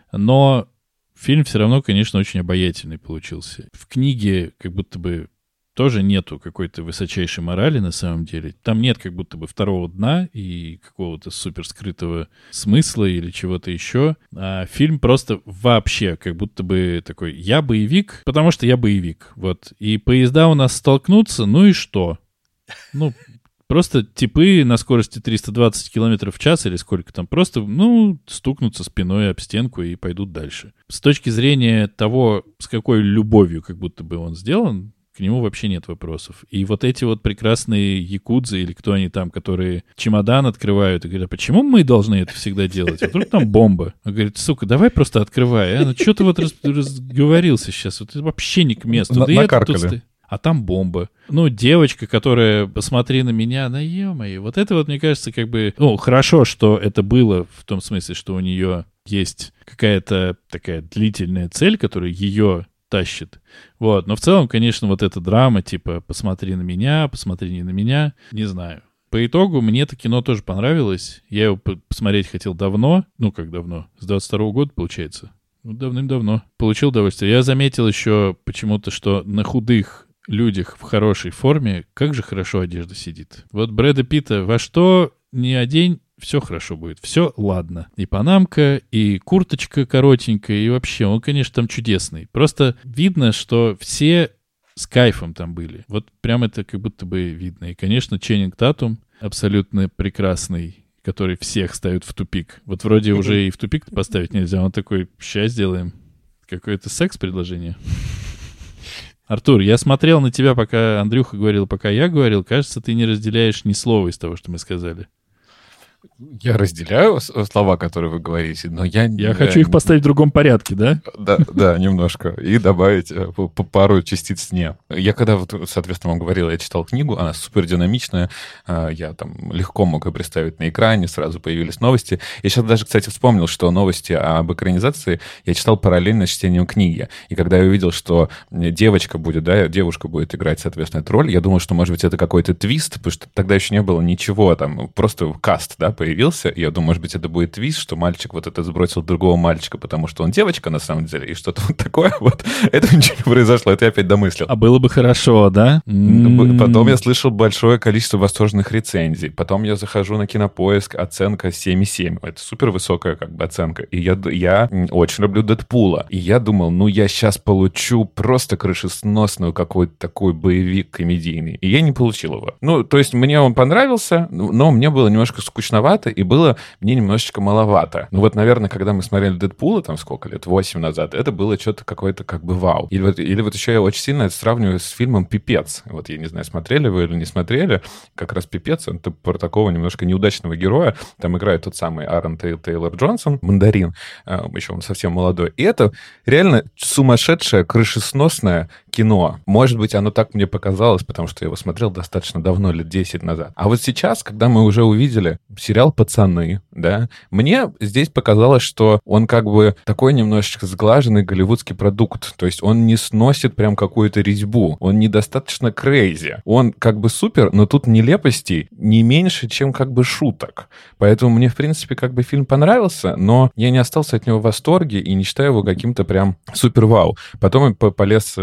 Но фильм все равно, конечно, очень обаятельный получился. В книге как будто бы тоже нету какой-то высочайшей морали на самом деле. Там нет как будто бы второго дна и какого-то суперскрытого смысла или чего-то еще. А фильм просто вообще как будто бы такой: я боевик, потому что я боевик. Вот. И поезда у нас столкнутся, ну и что? Ну, просто типы на скорости триста двадцать километров в час или сколько там, просто, ну, стукнутся спиной об стенку и пойдут дальше. С точки зрения того, с какой любовью как будто бы он сделан, к нему вообще нет вопросов. И вот эти вот прекрасные якудзы или кто они там, которые чемодан открывают и говорят: а почему мы должны это всегда делать? А вдруг там бомба? Он говорит: сука, давай просто открывай. А? Ну что ты вот раз, разговорился сейчас? Вот это вообще не к месту. На, да накаркали. А там бомба. Ну, девочка, которая «посмотри на меня», ну, ё-моё, вот это вот, мне кажется, как бы... Ну, хорошо, что это было в том смысле, что у нее есть какая-то такая длительная цель, которая ее тащит. Вот. Но в целом, конечно, вот эта драма, типа «посмотри на меня», «посмотри не на меня», не знаю. По итогу мне это кино тоже понравилось. Я его посмотреть хотел давно. Ну, как давно? С двадцать второго года, получается. Ну, давным-давно. Получил удовольствие. Я заметил еще почему-то, что на худых людях в хорошей форме как же хорошо одежда сидит. Вот Брэда Питта во что ни одень, все хорошо будет, все ладно. И панамка, и курточка коротенькая, и вообще, он, конечно, там чудесный. Просто видно, что все с кайфом там были. Вот прям это как будто бы видно. И, конечно, Ченнинг Татум абсолютно прекрасный, который всех ставит в тупик. Вот вроде уже и в тупик поставить нельзя. Он такой: сейчас сделаем какое-то секс-предложение. Артур, я смотрел на тебя, пока Андрюха говорил, пока я говорил. Кажется, ты не разделяешь ни слова из того, что мы сказали. Я разделяю слова, которые вы говорите, но я... Я хочу их поставить в другом порядке, да? Да, да, немножко. И добавить по пару частиц «не». Я когда, вот, соответственно, вам говорил, я читал книгу, она супер динамичная, я там легко мог ее представить на экране, сразу появились новости. Я сейчас даже, кстати, вспомнил, что новости об экранизации я читал параллельно с чтением книги. И когда я увидел, что девочка будет, да, девушка будет играть, соответственно, эту роль, я думал, что, может быть, это какой-то твист, потому что тогда еще не было ничего, там, просто каст, да, появился, и я думаю, может быть, это будет твист, что мальчик вот это сбросил другого мальчика, потому что он девочка на самом деле, и что-то вот такое вот. Это ничего не произошло, это я опять домыслил. А было бы хорошо, да? Потом я слышал большое количество восторженных рецензий. Потом я захожу на Кинопоиск, оценка семь и семь. Это супер высокая как бы оценка. И я, я очень люблю Дэдпула. И я думал, ну я сейчас получу просто крышесносную какой-то такой боевик комедийный. И я не получил его. Ну, то есть мне он понравился, но мне было немножко скучновато, и было мне немножечко маловато. Ну вот, наверное, когда мы смотрели Дэдпула, там сколько лет, восемь назад, это было что-то какое-то как бы вау. Или вот, или вот еще я очень сильно это сравниваю с фильмом «Пипец». Вот я не знаю, смотрели вы или не смотрели, как раз «Пипец», он про такого немножко неудачного героя, там играет тот самый Аарон Тейлор Джонсон, Мандарин, еще он совсем молодой. И это реально сумасшедшее, крышесносное кино. Может быть, оно так мне показалось, потому что я его смотрел достаточно давно, лет десять назад. А вот сейчас, когда мы уже увидели сериал «Пацаны», да, мне здесь показалось, что он как бы такой немножечко сглаженный голливудский продукт. То есть он не сносит прям какую-то резьбу. Он недостаточно крейзи. Он как бы супер, но тут нелепостей не меньше, чем как бы шуток. Поэтому мне, в принципе, как бы фильм понравился, но я не остался от него в восторге и не считаю его каким-то прям супер-вау. Потом я полез в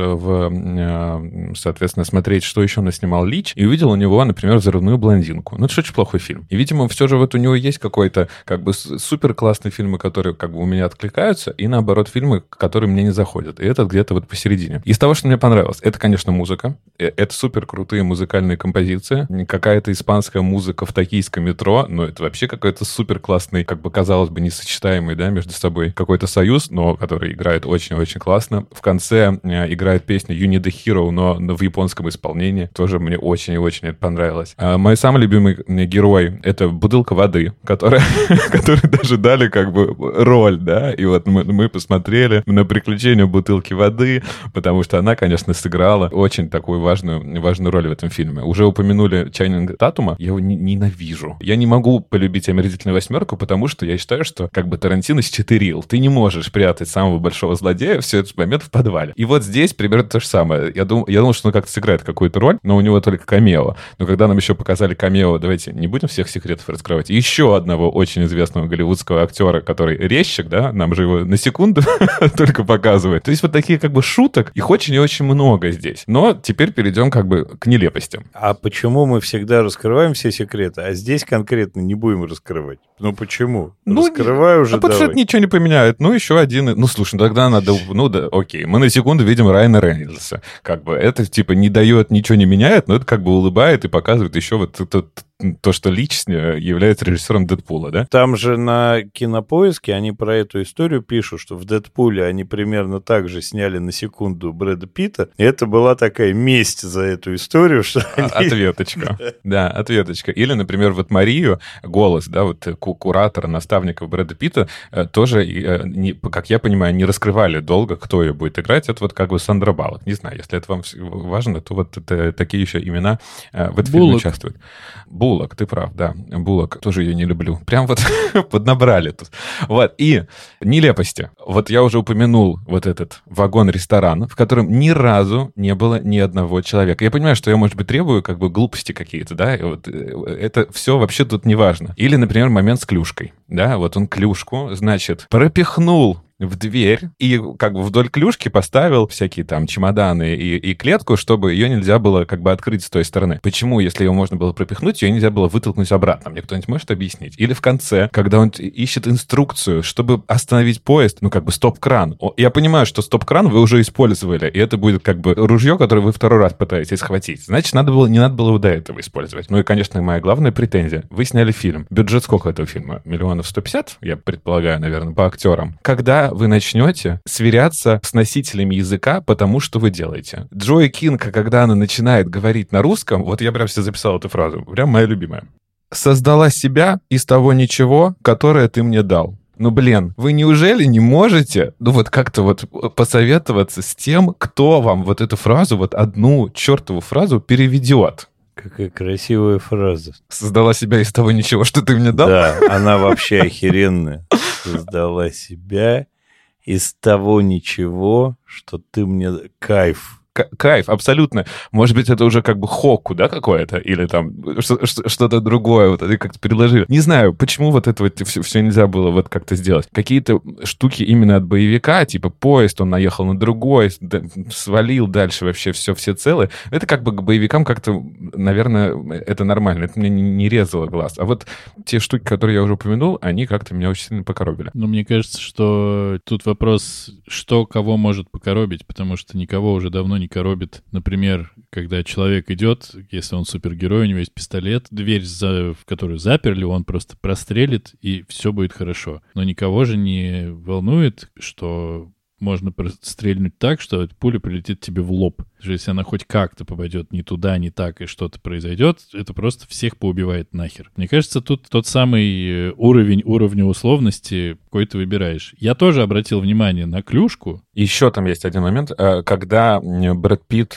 соответственно, смотреть, что еще наснимал Лич, и увидел у него, например, «Взрывную блондинку». Ну, это же очень плохой фильм. И, видимо, все же вот у него есть какой-то, как бы, супер классные фильмы, которые, как бы, у меня откликаются, и, наоборот, фильмы, которые мне не заходят. И этот где-то вот посередине. Из того, что мне понравилось, это, конечно, музыка. Это супер крутые музыкальные композиции. Какая-то испанская музыка в токийском метро, но это вообще какой-то супер классный, как бы, казалось бы, несочетаемый, да, между собой какой-то союз, но который играет очень-очень классно. В конце играет песня «You Need a Hero», но в японском исполнении. Тоже мне очень и очень это понравилось. А мой самый любимый герой — это бутылка воды, которая, которой даже дали, как бы, роль, да, и вот мы, мы посмотрели на приключения бутылки воды, потому что она, конечно, сыграла очень такую важную, важную роль в этом фильме. Уже упомянули Чайнинг Татума, я его не, ненавижу. Я не могу полюбить «Омерзительную восьмерку», потому что я считаю, что, как бы, Тарантино счетырил. Ты не можешь прятать самого большого злодея все этот момент в подвале. И вот здесь примерно то же самое. Я думал, я думал, что он как-то сыграет какую-то роль, но у него только камео. Но когда нам еще показали камео, давайте не будем всех секретов раскрывать, еще одного очень известного голливудского актера, который резчик, да, нам же его на секунду только показывает. То есть вот такие, как бы, шуток, их очень и очень много здесь. Но теперь перейдем, как бы, к нелепостям. А почему мы всегда раскрываем все секреты, а здесь конкретно не будем раскрывать? Ну почему? Ну, раскрывай уже, а потому давай. что это ничего не поменяет. Ну, еще один... Ну, слушай, тогда надо... Ну, да, окей. Мы на секунду видим Райана Рейнольдса. Как бы это, типа, не дает, ничего не меняет, но это, как бы, улыбает и показывает еще вот это... то, что Лич является режиссером «Дэдпула», да? Там же на Кинопоиске они про эту историю пишут, что в «Дэдпуле» они примерно так же сняли на секунду Брэда Питта, и это была такая месть за эту историю, что они... Ответочка. Да, ответочка. Или, например, вот Марию, голос, да, вот куратора, наставника Брэда Питта, тоже, как я понимаю, не раскрывали долго, кто ее будет играть. Это вот как бы Сандра Баллок. Не знаю, если это вам важно, то вот это, такие еще имена в этом фильме участвуют. Буллок, ты прав, да. Буллок, тоже ее не люблю. Прям вот поднабрали тут. Вот, и нелепости. Вот я уже упомянул вот этот вагон-ресторан, в котором ни разу не было ни одного человека. Я понимаю, что я, может быть, требую как бы глупости какие-то, да, и вот это все вообще тут не важно. Или, например, момент с клюшкой, да, вот он клюшку, значит, пропихнул в дверь и как бы вдоль клюшки поставил всякие там чемоданы и, и клетку, чтобы ее нельзя было как бы открыть с той стороны. Почему, если ее можно было пропихнуть, ее нельзя было вытолкнуть обратно? Мне кто-нибудь может объяснить? Или в конце, когда он ищет инструкцию, чтобы остановить поезд, ну как бы стоп-кран. Я понимаю, что стоп-кран вы уже использовали, и это будет как бы ружье, которое вы второй раз пытаетесь схватить. Значит, надо было, не надо было до этого использовать. Ну и, конечно, моя главная претензия. Вы сняли фильм. Бюджет сколько этого фильма? Миллионов сто пятьдесят, я предполагаю, наверное, по актерам. Когда вы начнете сверяться с носителями языка, потому что вы делаете. Джои Кинг, когда она начинает говорить на русском, вот я прям себе записал эту фразу, прям моя любимая. «Создала себя из того ничего, которое ты мне дал». Ну, блин, вы неужели не можете, ну, вот как-то вот посоветоваться с тем, кто вам вот эту фразу, вот одну чертову фразу переведет? Какая красивая фраза. Создала себя из того ничего, что ты мне дал? Да, она вообще охеренная. Создала себя из того ничего, что ты мне... Кайф. Кайф, абсолютно. Может быть, это уже как бы хоку, да, какое-то? Или там что-то другое, вот это как-то переложили. Не знаю, почему вот это вот все, все нельзя было вот как-то сделать. Какие-то штуки именно от боевика, типа поезд, он наехал на другой, свалил дальше вообще все, все целые. Это как бы к боевикам как-то, наверное, это нормально. Это мне не резало глаз. А вот те штуки, которые я уже упомянул, они как-то меня очень сильно покоробили. Ну, мне кажется, что тут вопрос, что кого может покоробить, потому что никого уже давно не коробит. Например, когда человек идет, если он супергерой, у него есть пистолет, дверь, за, в которую заперли, он просто прострелит, и все будет хорошо. Но никого же не волнует, что можно стрельнуть так, что эта пуля прилетит тебе в лоб. Даже если она хоть как-то попадет не туда, не так, и что-то произойдет, это просто всех поубивает нахер. Мне кажется, тут тот самый уровень уровня условности, какой ты выбираешь. Я тоже обратил внимание на клюшку. Еще там есть один момент, когда Брэд Питт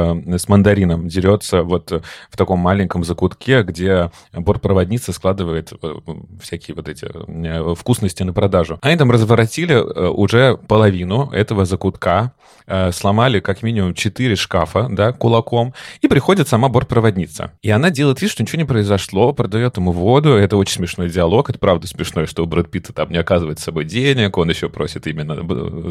с мандарином дерется вот в таком маленьком закутке, где бортпроводница складывает всякие вот эти вкусности на продажу. Они там разворотили уже половину этого закутка, сломали как минимум четыре шкафа, да, кулаком, и приходит сама бортпроводница. И она делает вид, что ничего не произошло, продает ему воду. Это очень смешной диалог. Это правда смешно, что у Брэд Питта там не оказывает с собой денег, он еще просит именно with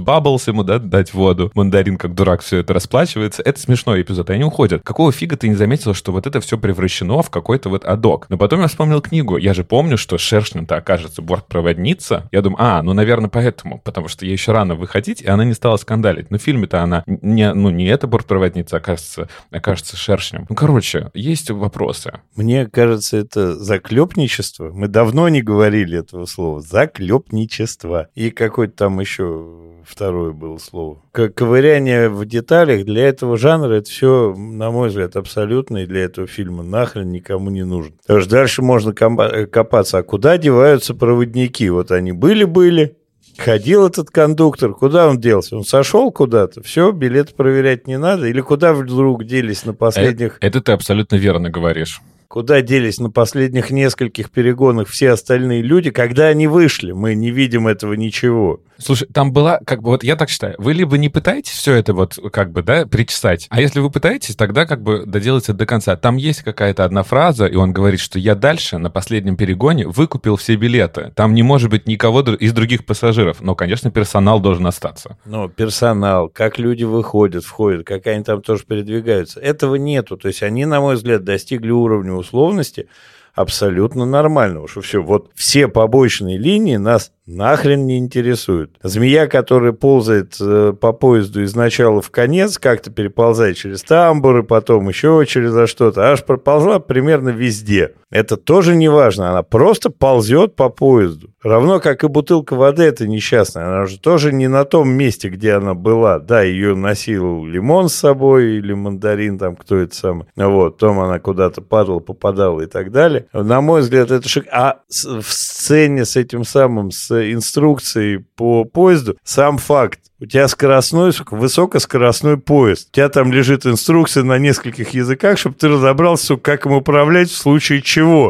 Бабблс ему, да, дать воду. Мандарин, как дурак, все это расплачивается. Это смешной эпизод, и они уходят. Какого фига ты не заметила, что вот это все превращено в какой-то вот адок? Но потом я вспомнил книгу. Я же помню, что шершнем-то окажется бортпроводница. Я думаю, а, ну, наверное, поэтому. Потому что ей еще рано выходить, и она не стала скандалить. Но в фильме-то она не, ну, не эта бортпроводница окажется, окажется шершнем. Ну, короче, есть вопросы. Мне кажется, это заклепничество. Мы давно не говорили этого слова. Заклепничество. И какое-то там еще второе было слово. К- ковыряние в деталях для этого жанра, это все, на мой взгляд, абсолютно, и для этого фильма нахрен никому не нужно. Потому что дальше можно копаться. А куда деваются проводники? Вот они были-были, ходил этот кондуктор, куда он делся? Он сошел куда-то, все, билет проверять не надо? Или куда вдруг делись на последних... Это, это ты абсолютно верно говоришь. Куда делись на последних нескольких перегонах все остальные люди, когда они вышли? Мы не видим этого ничего. Слушай, там была, как бы, вот я так считаю, вы либо не пытаетесь все это вот, как бы, да, причесать, а если вы пытаетесь, тогда, как бы, доделайте до конца. Там есть какая-то одна фраза, и он говорит, что я дальше, на последнем перегоне, выкупил все билеты. Там не может быть никого из других пассажиров, но, конечно, персонал должен остаться. Ну, персонал, как люди выходят, входят, как они там тоже передвигаются. Этого нету. То есть они, на мой взгляд, достигли уровня условности абсолютно нормального, что все, вот все побочные линии нас нахрен не интересуют. Змея, которая ползает э, по поезду из начала в конец, как-то переползает через тамбуры, потом еще через что-то, аж проползла примерно везде. Это тоже не важно, она просто ползет по поезду. Равно как и бутылка воды, это несчастная, она же тоже не на том месте, где она была. Да, ее носил лимон с собой или мандарин, там кто это самый. Вот, потом она куда-то падала, попадала и так далее. На мой взгляд, это шик. А в сцене с этим самым, с инструкцией по поезду, сам факт. У тебя скоростной, сука, высокоскоростной поезд. У тебя там лежит инструкция на нескольких языках, чтобы ты разобрался, сука, как им управлять в случае чего.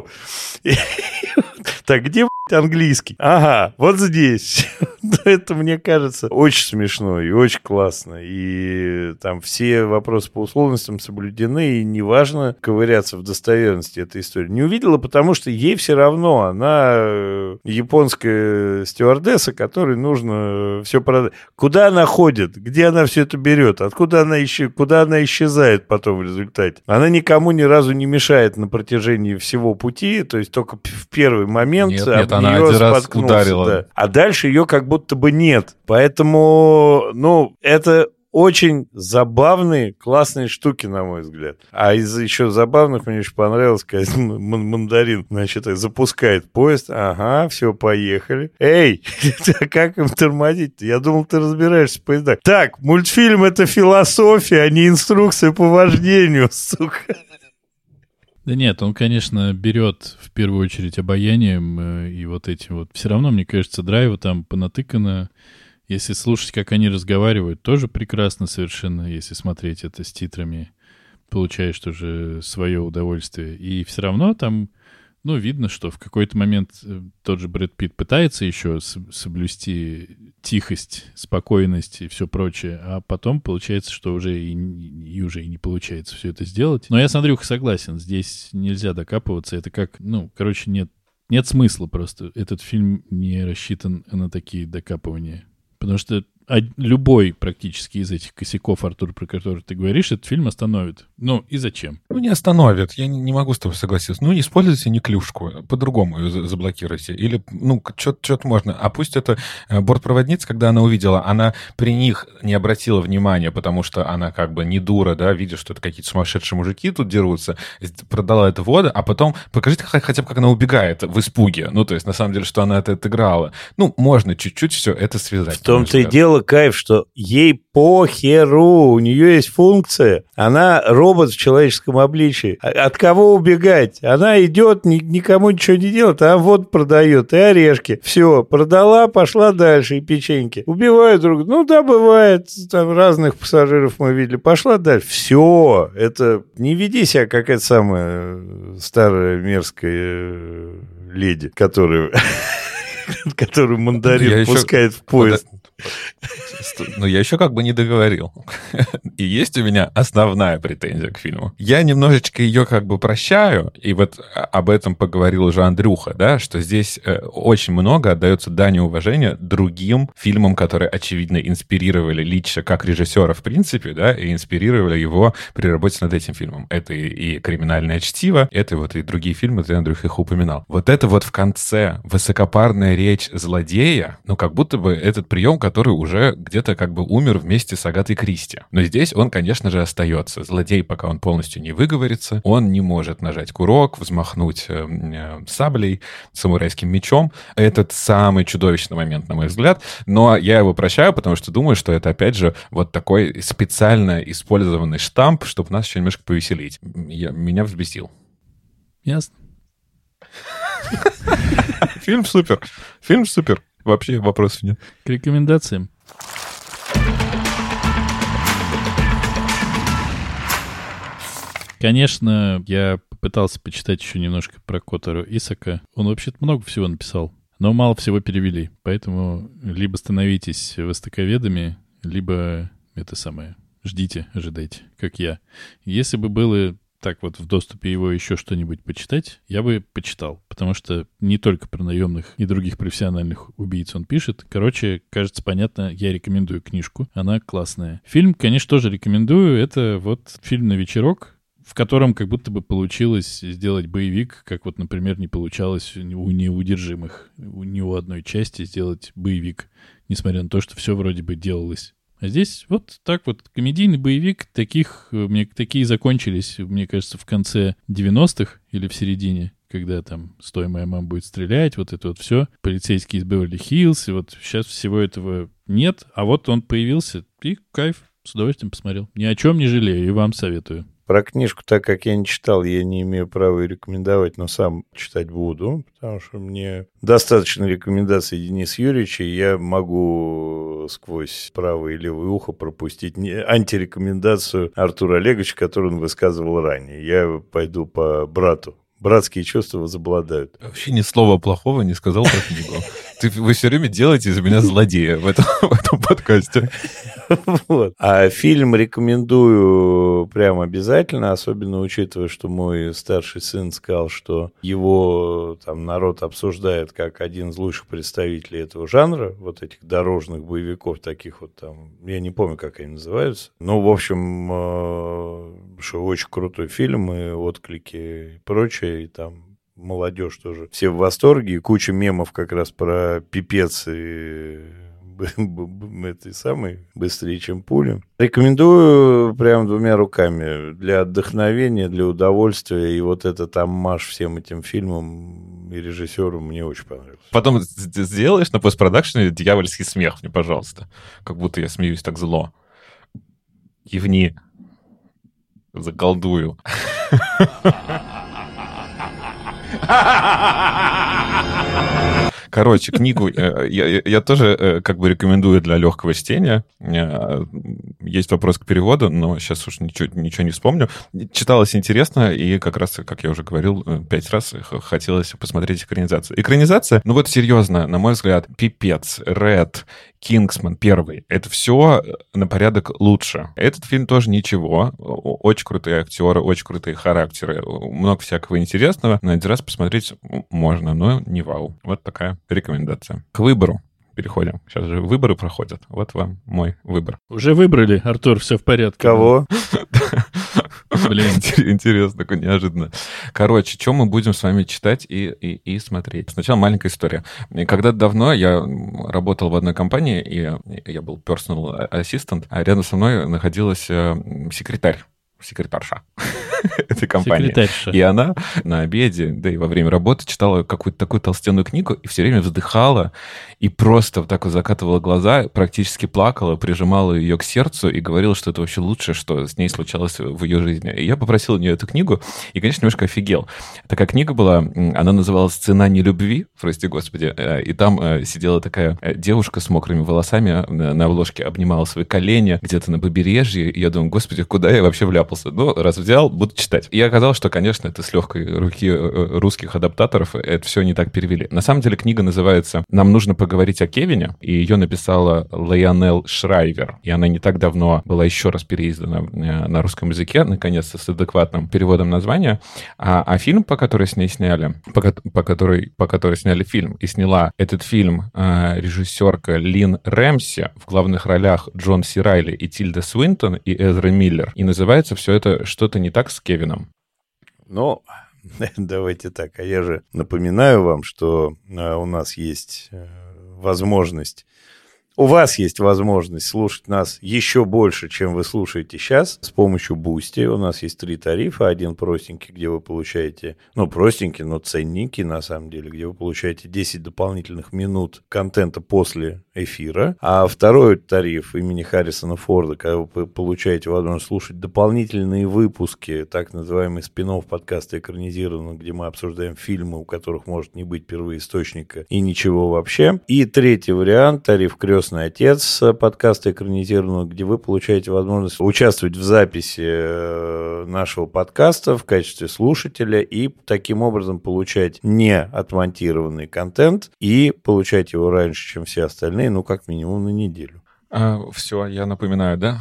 Так, где, блядь, английский? Ага, вот здесь. Это, мне кажется, очень смешно и очень классно. И там все вопросы по условностям соблюдены, и неважно ковыряться в достоверности этой истории. Не увидела, потому что ей все равно. Она японская стюардесса, которой нужно все продать. Куда она ходит? Где она все это берет? Откуда она исчез... Куда она исчезает потом в результате? Она никому ни разу не мешает на протяжении всего пути, то есть только в первый момент нет, об нет, она нее один раз споткнулся. ударила. Да. А дальше ее как будто бы нет. Поэтому, ну, это очень забавные, классные штуки, на мой взгляд. А из еще забавных мне очень понравилось, когда мандарин, значит, запускает поезд. Ага, все, поехали. Эй, как им тормозить? Я думал, ты разбираешься в поездах. Так, мультфильм — это философия, а не инструкция по вождению, сука. Да нет, он, конечно, берет в первую очередь обаянием э, и вот этим вот. Все равно, мне кажется, драйва там понатыкано. Если слушать, как они разговаривают, тоже прекрасно совершенно, если смотреть это с титрами. Получаешь тоже свое удовольствие. И все равно там, ну, видно, что в какой-то момент тот же Брэд Питт пытается еще соблюсти тихость, спокойность и все прочее, а потом получается, что уже и, и уже и не получается все это сделать. Но я с Андрюхой согласен, здесь нельзя докапываться, это как, ну, короче, нет, нет смысла просто. Этот фильм не рассчитан на такие докапывания. Потому что любой практически из этих косяков, Артур, про который ты говоришь, этот фильм остановит. Ну, и зачем? Ну, не остановит. Я не, не могу с тобой согласиться. Ну, не используйте неклюшку. По-другому ее заблокируйте. Или, ну, что-то можно. А пусть это бортпроводница, когда она увидела, она при них не обратила внимания, потому что она как бы не дура, да, видя, что это какие-то сумасшедшие мужики тут дерутся, продала это воду, а потом покажите хотя бы, как она убегает в испуге. Ну, то есть, на самом деле, что она это отыграла. Ну, можно чуть-чуть все это связать. В том-то и дело, кайф, что ей похеру, у нее есть функция, она робот в человеческом обличии. От кого убегать? Она идет, ни, никому ничего не делает, а вот продает, и орешки. Все, продала, пошла дальше, и печеньки. Убивают друг друга. Ну да, бывает, там разных пассажиров мы видели. Пошла дальше. Все, это не веди себя, как эта самая старая мерзкая леди, которая... которую мандарин я пускает еще... в поезд. Но я еще как бы не договорил. И есть у меня основная претензия к фильму. Я немножечко ее как бы прощаю, и вот об этом поговорил уже Андрюха, да, что здесь очень много отдается дани уважения другим фильмам, которые, очевидно, инспирировали Лича как режиссера в принципе, да, и инспирировали его при работе над этим фильмом. Это и, и «Криминальное чтиво», это вот и другие фильмы, ты, Андрюха, их упоминал. Вот это вот в конце высокопарная речь злодея, ну, как будто бы этот прием, который уже где-то как бы умер вместе с Агатой Кристи. Но здесь он, конечно же, остается. Злодей, пока он полностью не выговорится, он не может нажать курок, взмахнуть э, э, саблей, самурайским мечом. Этот самый чудовищный момент, на мой взгляд. Но я его прощаю, потому что думаю, что это, опять же, вот такой специально использованный штамп, чтобы нас еще немножко повеселить. Я, меня взбесил. Ясно. Фильм супер. Фильм супер. Вообще вопросов нет. К рекомендациям. Конечно, я попытался почитать еще немножко про Котару Исака. Он вообще-то много всего написал, но мало всего перевели. Поэтому либо становитесь востоковедами, либо это самое, ждите, ожидайте, как я. Если бы было так вот в доступе его еще что-нибудь почитать, я бы почитал. Потому что не только про наемных и других профессиональных убийц он пишет. Короче, кажется, понятно, я рекомендую книжку. Она классная. Фильм, конечно, тоже рекомендую. Это вот фильм на вечерок, в котором как будто бы получилось сделать боевик, как вот, например, не получалось у «Неудержимых», ни у одной части сделать боевик, несмотря на то, что все вроде бы делалось. А здесь вот так вот комедийный боевик, таких, мне, такие закончились, мне кажется, в конце девяностых или в середине, когда там «Стой, моя мама будет стрелять», вот это вот все, полицейский из Беверли-Хиллз, и вот сейчас всего этого нет, а вот он появился, и кайф, с удовольствием посмотрел. Ни о чем не жалею, и вам советую. Про книжку, так как я не читал, я не имею права и рекомендовать, но сам читать буду, потому что мне достаточно рекомендаций Дениса Юрьевича, и я могу сквозь правое и левое ухо пропустить антирекомендацию Артура Олеговича, которую он высказывал ранее. Я пойду по брату. Братские чувства возобладают. Вообще ни слова плохого не сказал про книгу. Ты, вы все время делаете из меня злодея в этом, в этом подкасте. Вот. А фильм рекомендую прям обязательно, особенно учитывая, что мой старший сын сказал, что его там народ обсуждает как один из лучших представителей этого жанра, вот этих дорожных боевиков, таких вот там, я не помню, как они называются. Ну, в общем, что очень крутой фильм, и отклики и прочее, и там молодежь тоже все в восторге, и куча мемов как раз про пипец и этой самой быстрее, чем пуля. Рекомендую прям двумя руками для отдохновения, для удовольствия, и вот этот аммаж всем этим фильмам и режиссеру мне очень понравился. Потом сделаешь на постпродакшене дьявольский смех мне, пожалуйста, как будто я смеюсь так зло. Евни, заколдую. Короче, книгу я, я, я тоже как бы рекомендую для легкого чтения. Есть вопрос к переводу, но сейчас уж ничего, ничего не вспомню. Читалось интересно, и как раз, как я уже говорил, пять раз хотелось посмотреть экранизацию. Экранизация, ну вот серьезно, на мой взгляд, пипец, Ред, Кингсман первый. Это все на порядок лучше. Этот фильм тоже ничего. Очень крутые актеры, очень крутые характеры. Много всякого интересного. Но один раз посмотреть можно, но не вау. Вот такая рекомендация. К выбору переходим. Сейчас же выборы проходят. Вот вам мой выбор. Уже выбрали, Артур, все в порядке. Кого? Блин. Интересно, такое неожиданно. Короче, что мы будем с вами читать и, и, и смотреть? Сначала маленькая история. Когда-то давно я работал в одной компании, и я был personal assistant, а рядом со мной находилась секретарь. секретарша этой компании. Секретарша. И она на обеде, да и во время работы читала какую-то такую толстенную книгу и все время вздыхала и просто вот так вот закатывала глаза, практически плакала, прижимала ее к сердцу и говорила, что это вообще лучшее, что с ней случалось в ее жизни. И я попросил у нее эту книгу и, конечно, немножко офигел. Такая книга была, она называлась «Цена нелюбви», прости господи, и там сидела такая девушка с мокрыми волосами на обложке, обнимала свои колени где-то на побережье, и я думаю, господи, куда я вообще вляпался? докапался. Ну, раз взял, буду читать. И оказалось, что, конечно, это с легкой руки русских адаптаторов это все не так перевели. На самом деле книга называется «Нам нужно поговорить о Кевине», и ее написала Лайонел Шрайвер. И она не так давно была еще раз переиздана на русском языке, наконец-то с адекватным переводом названия. А, а фильм, по которой с ней сняли, по, по, которой, по которой сняли фильм, и сняла этот фильм э, режиссерка Лин Рэмси, в главных ролях Джон Си Райли и Тильда Свинтон и Эзра Миллер. И называется все это «Что-то не так с Кевином». Ну, давайте так. А я же напоминаю вам, что э, у нас есть э, возможность... У вас есть возможность слушать нас еще больше, чем вы слушаете сейчас, с помощью Boosty. У нас есть три тарифа. Один простенький, где вы получаете, ну, простенький, но ценненький, на самом деле, где вы получаете десять дополнительных минут контента после эфира. А второй тариф имени Харрисона Форда, когда вы получаете возможность слушать дополнительные выпуски, так называемый спин-офф подкаста экранизированного, где мы обсуждаем фильмы, у которых может не быть первоисточника и ничего вообще. И третий вариант, тариф «Крестный отец» подкаста экранизированного, где вы получаете возможность участвовать в записи нашего подкаста в качестве слушателя и таким образом получать не отмонтированный контент и получать его раньше, чем все остальные, ну, как минимум на неделю. А, все, я напоминаю, да?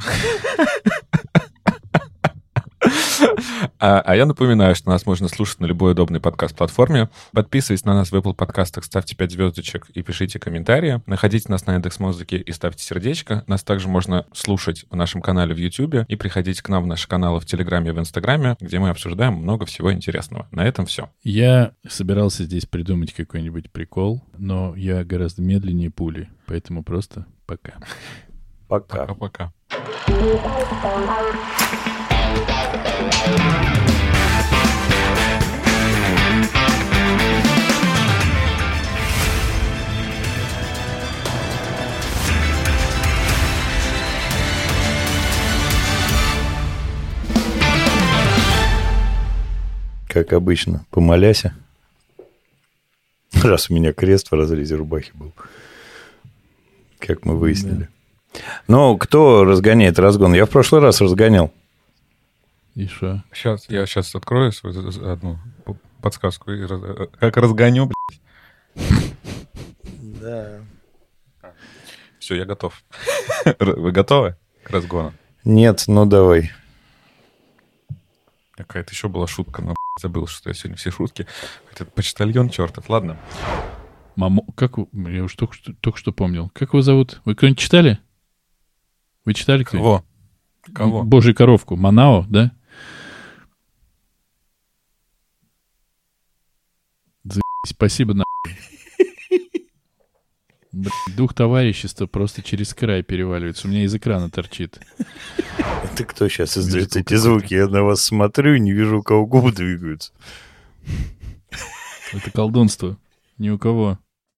А, а я напоминаю, что нас можно слушать на любой удобной подкаст-платформе. Подписывайтесь на нас в Apple подкастах, ставьте пять звездочек и пишите комментарии. Находите нас на Яндекс.Музыке и ставьте сердечко. Нас также можно слушать в нашем канале в YouTube и приходите к нам в наши каналы в Телеграме и в Инстаграме, где мы обсуждаем много всего интересного. На этом все. Я собирался здесь придумать какой-нибудь прикол, но я гораздо медленнее пули, поэтому просто пока. Пока. Пока-пока. Как обычно, помоляся. Раз у меня крест в разрезе рубахи был. Как мы выяснили. Да. Но кто разгоняет разгон? Я в прошлый раз разгонял. И что? Сейчас, я сейчас открою свою одну подсказку. И раз... Как разгоню, блядь. Да. Все, я готов. Вы готовы к разгону? Нет, ну давай. Какая-то еще была шутка, но забыл, что я сегодня все шутки. Этот почтальон чертов. Ладно. Мамо... Как вы... Я уж только что, только что помнил. Как его зовут? Вы кто-нибудь читали? Вы читали кто-нибудь? Кого? Кого? Божью коровку. Манао, да? За***ь, спасибо, нахуй. Дух товарищества просто через край переваливается. У меня из экрана торчит. Это кто сейчас издает эти звуки? Я на вас смотрю и не вижу, у кого губы двигаются. Это колдунство. Ни у кого.